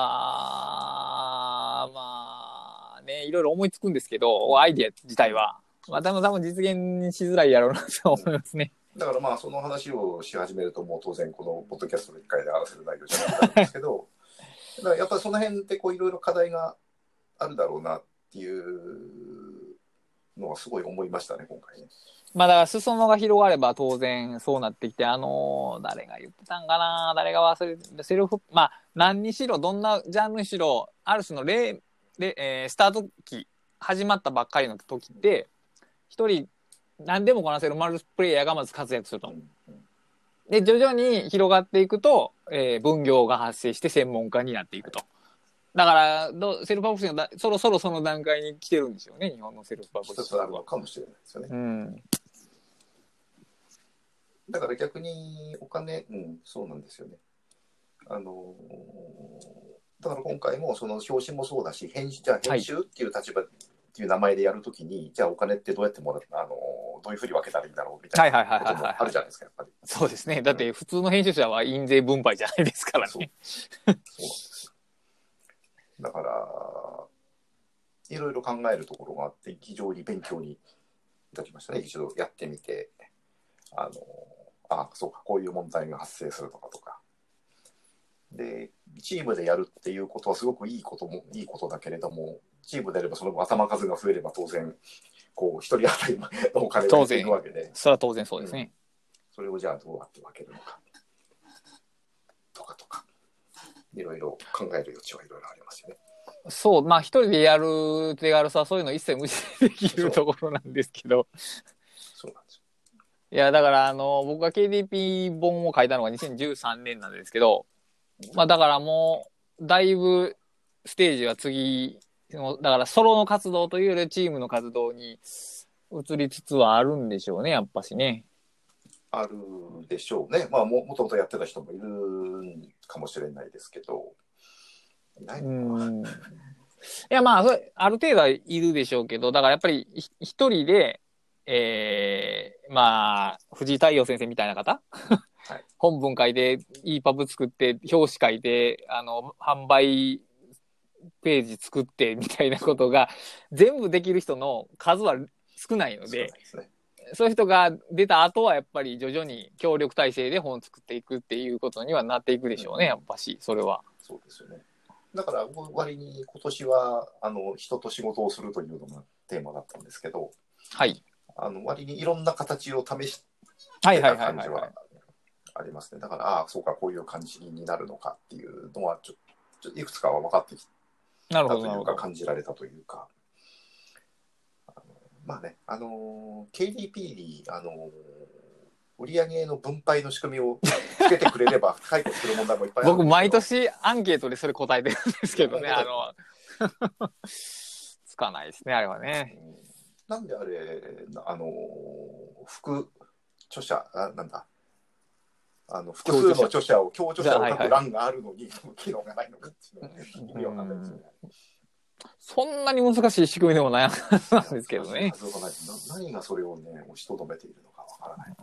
まあね、いろいろ思いつくんですけど、アイディア自体は、まあ多分多分実現しづらいやろうなと思いますね。 だからまあその話をし始めるともう当然このポッドキャストのいっかいで合わせる内容じゃないんですけどだからやっぱりその辺ってこういろいろ課題があるだろうなっていうのはすごい思いましたね今回ね。 まあだから裾野が広がれば当然そうなってきて、あのー、誰が言ってたんかな、誰が忘れて、セルフ、まあ何にしろどんなジャンルにしろある種の例で、えー、スタート期始まったばっかりの時って一人何でもこなせるマルチプレイヤーがまず活躍すると。で、徐々に広がっていくと、えー、分業が発生して専門家になっていくと。だからど、セルフパブリッシングがそろそろその段階に来てるんですよね、日本のセルフパブリッシングは。 一つあるのかもしれないですよね。 うん。 だから逆にお金、うん、そうなんですよね。あのー、だから今回もその表紙もそうだし、編集、じゃあ編集っていう立場、はいっていう名前でやるときに、じゃあお金ってどうやってもらう、あのどういうふうに分けたらいいんだろうみたいなこともあるじゃないですか、やっぱり。 そうですね。だって普通の編集者は印税分配じゃないですからね。そう。そうなんですよ。だから、いろいろ考えるところがあって、非常に勉強にいただきましたね。一度やってみて、あの、あ、そうか、こういう問題が発生するとかとか。で、チームでやるっていうことはすごくいいことも、いいことだけれども、チームであればその頭数が増えれば当然こう一人当たりのお金がいくわけで、 それは当然そうですね、 うん、それをじゃあどうやって分けるのかとかとかいろいろ考える余地はいろいろありますよね。 そう、まあ一人でやる手軽さはそういうの一切無視できるところなんですけど、 そうなんですよ。 いやだからあの僕が ケーディーピー 本を書いたのがにせんじゅうさんねんなんですけど、まあだからもうだいぶステージは次だからソロの活動というよりチームの活動に移りつつはあるんでしょうね、やっぱしね。 あるでしょうね。まあ も, もともとやってた人もいるかもしれないですけど、いないのかな。うん、いやまあそれある程度はいるでしょうけど、だからやっぱり一人で、えー、まあ藤井太陽先生みたいな方、はい、本文書いていいパブ作って表紙書いてあの販売ページ作ってみたいなことが全部できる人の数は少ないので、そうですね、そういう人が出た後はやっぱり徐々に協力体制で本を作っていくっていうことにはなっていくでしょうね、やっぱしそれは。 そうですよね。だから割に今年はあの人と仕事をするというのがテーマだったんですけど、 はい、 あの割にいろんな形を試してた感じはありますね。だからああそうかこういう感じになるのかっていうのはちょっといくつかは分かってきたというか感じられたというか、あのまあねあの ケーディーピー にあの売上の分配の仕組みをつけてくれれば解決する問題もいっぱいあるんですけど僕毎年アンケートでそれ答えてるんですけどね、あのつかないですねあれはね。 なんであれあの副著者あなんだあの複数の著者を共著者を書く欄があるのに機能がないのかっていうのが意味わかんないですよね。 そんなに難しい仕組みでもないなんですけどね。 何がそれをね押しとどめているのかわからない。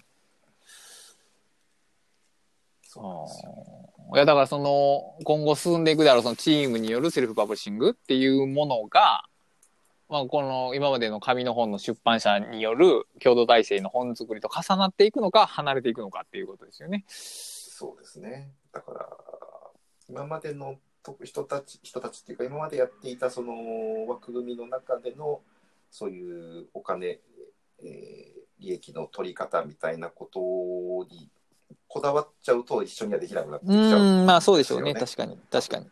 そういやだからその今後進んでいくであろうそのチームによるセルフパブリッシングっていうものが、まあ、この今までの紙の本の出版社による共同体制の本作りと重なっていくのか離れていくのかっていうことですよね。 そうですね。だから今までの人たち人たちっていうか今までやっていたその枠組みの中でのそういうお金、えー、利益の取り方みたいなことにこだわっちゃうと一緒にはできなくなってきちゃうんですよね。 うん、まあそうでしょうね。確かに確かに。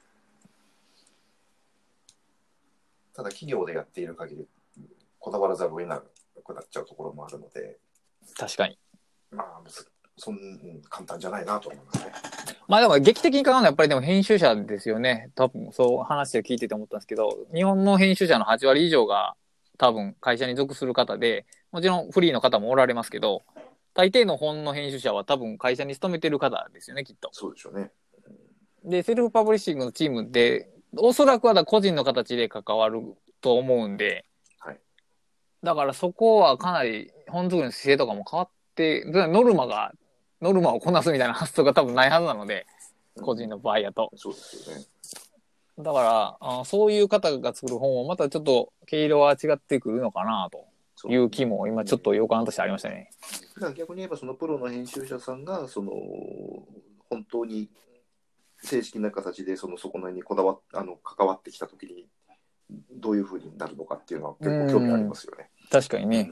ただ企業でやっている限りこだわらざるを得なくなっちゃうところもあるので、 確かに。 まあそん簡単じゃないなと思いますね。 まあでも劇的に変わるのはやっぱりでも編集者ですよね。多分そう話で聞いてて思ったんですけど、日本の編集者のはち割以上が多分会社に属する方で、もちろんフリーの方もおられますけど、大抵の本の編集者は多分会社に勤めてる方ですよね、きっと。 そうでしょうね。 で、セルフパブリッシングのチームって、おそらくは個人の形で関わると思うんで、 はい、 だからそこはかなり本作りの姿勢とかも変わって、ノルマが、ノルマをこなすみたいな発想が多分ないはずなので、個人の場合やと。 うん、そうですよね。 だからあ、そういう方が作る本もまたちょっと毛色は違ってくるのかなという気も今ちょっと予感としてありましたね。 だから逆に言えばそのプロの編集者さんがその本当に正式な形でそのそこにこだわあの関わってきたときにどういうふうになるのかっていうのは結構興味ありますよね。 確かにね。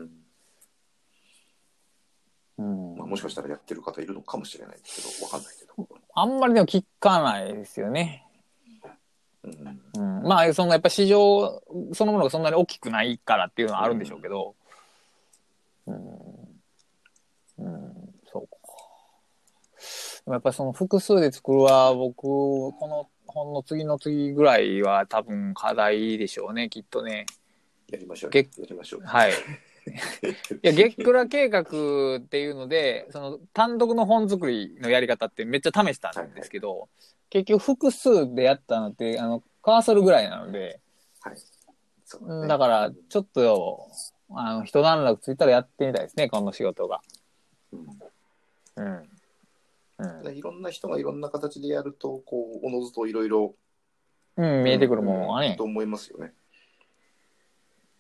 うん、まあ、もしかしたらやってる方いるのかもしれないですけど、わかんないけど。 あんまりでも聞かないですよね。 うんうん、まあそのやっぱ市場そのものがそんなに大きくないからっていうのはあるんでしょうけど、うん、うん、そうか。でもやっぱりその複数で作るは僕この本の次の次ぐらいは多分課題でしょうね、きっとね。 やりましょう、ね。やりましょう。 はい。いや月倉計画っていうのでその単独の本作りのやり方ってめっちゃ試したんですけど、はいはい、結局複数でやったのってあのカーソルぐらいなので、 はいそうだね、だからちょっとあの一段落ついたらやってみたいですね、この仕事が。うんうんうん、いろんな人がいろんな形でやるとこうおのずといろいろ見えてくるものがね、 うん、と思いますよね。うん、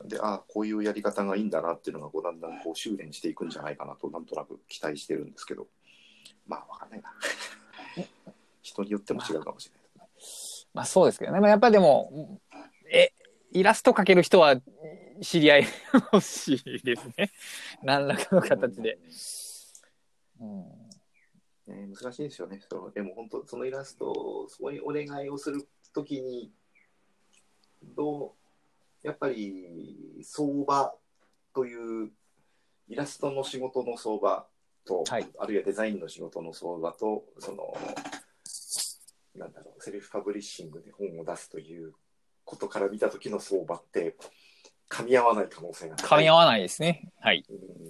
で、ああこういうやり方がいいんだなっていうのがこうだんだんこう修練していくんじゃないかなとなんとなく期待してるんですけど、まあわかんないな人によっても違うかもしれない。 まあそうですけどね。まあ、やっぱりでもえイラスト描ける人は知り合い欲しいですね。何らかの形で。 うんね、難しいですよね。そのでも本当そのイラストをそこにお願いをするときにどうやっぱり相場というイラストの仕事の相場と、はい、あるいはデザインの仕事の相場とそのなんだろうセルフパブリッシングで本を出すということから見た時の相場って噛み合わない可能性が高い。噛み合わないですね。はい。 うん、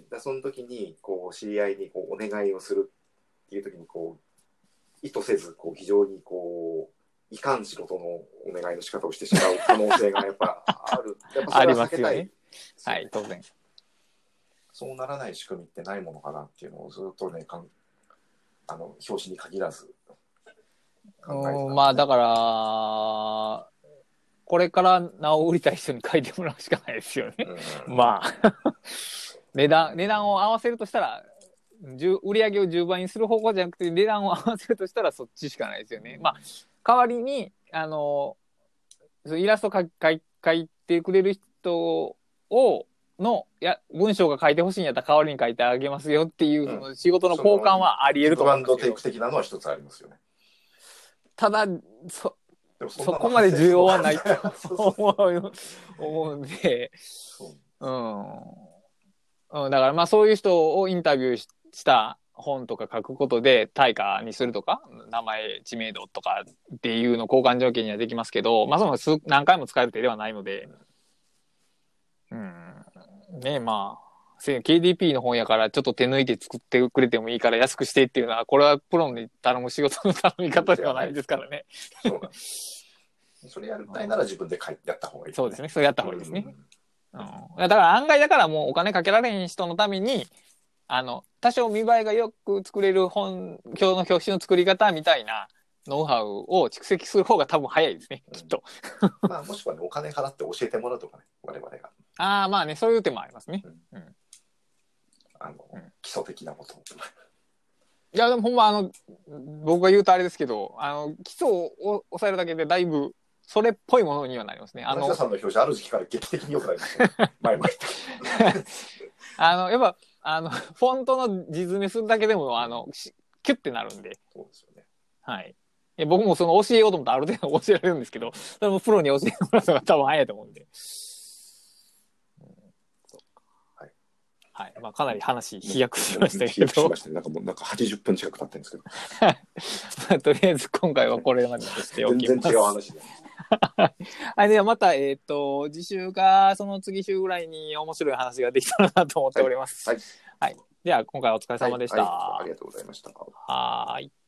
だその時にこう知り合いにこうお願いをするっていう時にこう意図せずこう非常にこういかん仕事のお願いの仕方をしてしまう可能性がやっぱある。やっぱそれは避けたい、ね。 はい、当然。 そうならない仕組みってないものかなっていうのをずっとねかんあの表紙に限らず考えてた、ね、まあだからこれから名を売りたい人に書いてもらうしかないですよね。まあ値段値段を合わせるとしたら売り上げをじゅうばいにする方向じゃなくて値段を合わせるとしたらそっちしかないですよね。まあ代わりにあのイラスト描い書いてくれる人をのや文章が書いてほしいんやったら代わりに書いてあげますよっていう、うん、その仕事の交換はあり得ると思うんですよ。 ギブアンドテイク的なのは一つありますよね。 ただ そ, そ, そこまで需要はないと思う思うんで、うん、うん、だからまあそういう人をインタビューした本とか書くことで対価にするとか名前知名度とかっていうの交換条件にはできますけど、まあその数何回も使える手ではないので、うんね、まあ ケーディーピー の本やからちょっと手抜いて作ってくれてもいいから安くしてっていうのはこれはプロに頼む仕事の頼み方ではないですからね。 そうなんそれやりたいなら自分で書いやった方がいい、ね、 そうですね、それやった方がいいですね。うんうん、だから案外だからもうお金かけられへん人のためにあの多少見栄えがよく作れる本表の表紙の作り方みたいなノウハウを蓄積する方が多分早いですね、きっと。 まあもしくはねお金払って教えてもらうとかね我々が。 ああまあねそういう手もありますね。うんうん、 あの、うん、基礎的なこと。 いやでもほんまあの僕が言うとあれですけどあの基礎を抑えるだけでだいぶそれっぽいものにはなりますね。 あのさんの表紙ある時期から劇的に良くなりました、ね。前々 あの、やっぱ、あの、フォントの字詰めするだけでも、あの、キュッてなるんで。 そうですよね。 はい。いや僕もその教えようと思ったらある程度教えられるんですけど、それもプロに教えてもらうのが多分早いと思うんで。 はい。 はい。まあ、かなり話飛躍しましたけど。 飛躍しましたね。なんかもうなんかはちじゅっぷん近く経ってるんですけど。 まあ、とりあえず今回はこれまでとしておきます。 全然違う話で。 はい。ではまた、えっ、ー、と、次週か、その次週ぐらいに面白い話ができたらなと思っております。 はい。 はい。はい、では、今回はお疲れ様でした、 はいはい。ありがとうございました。 はい。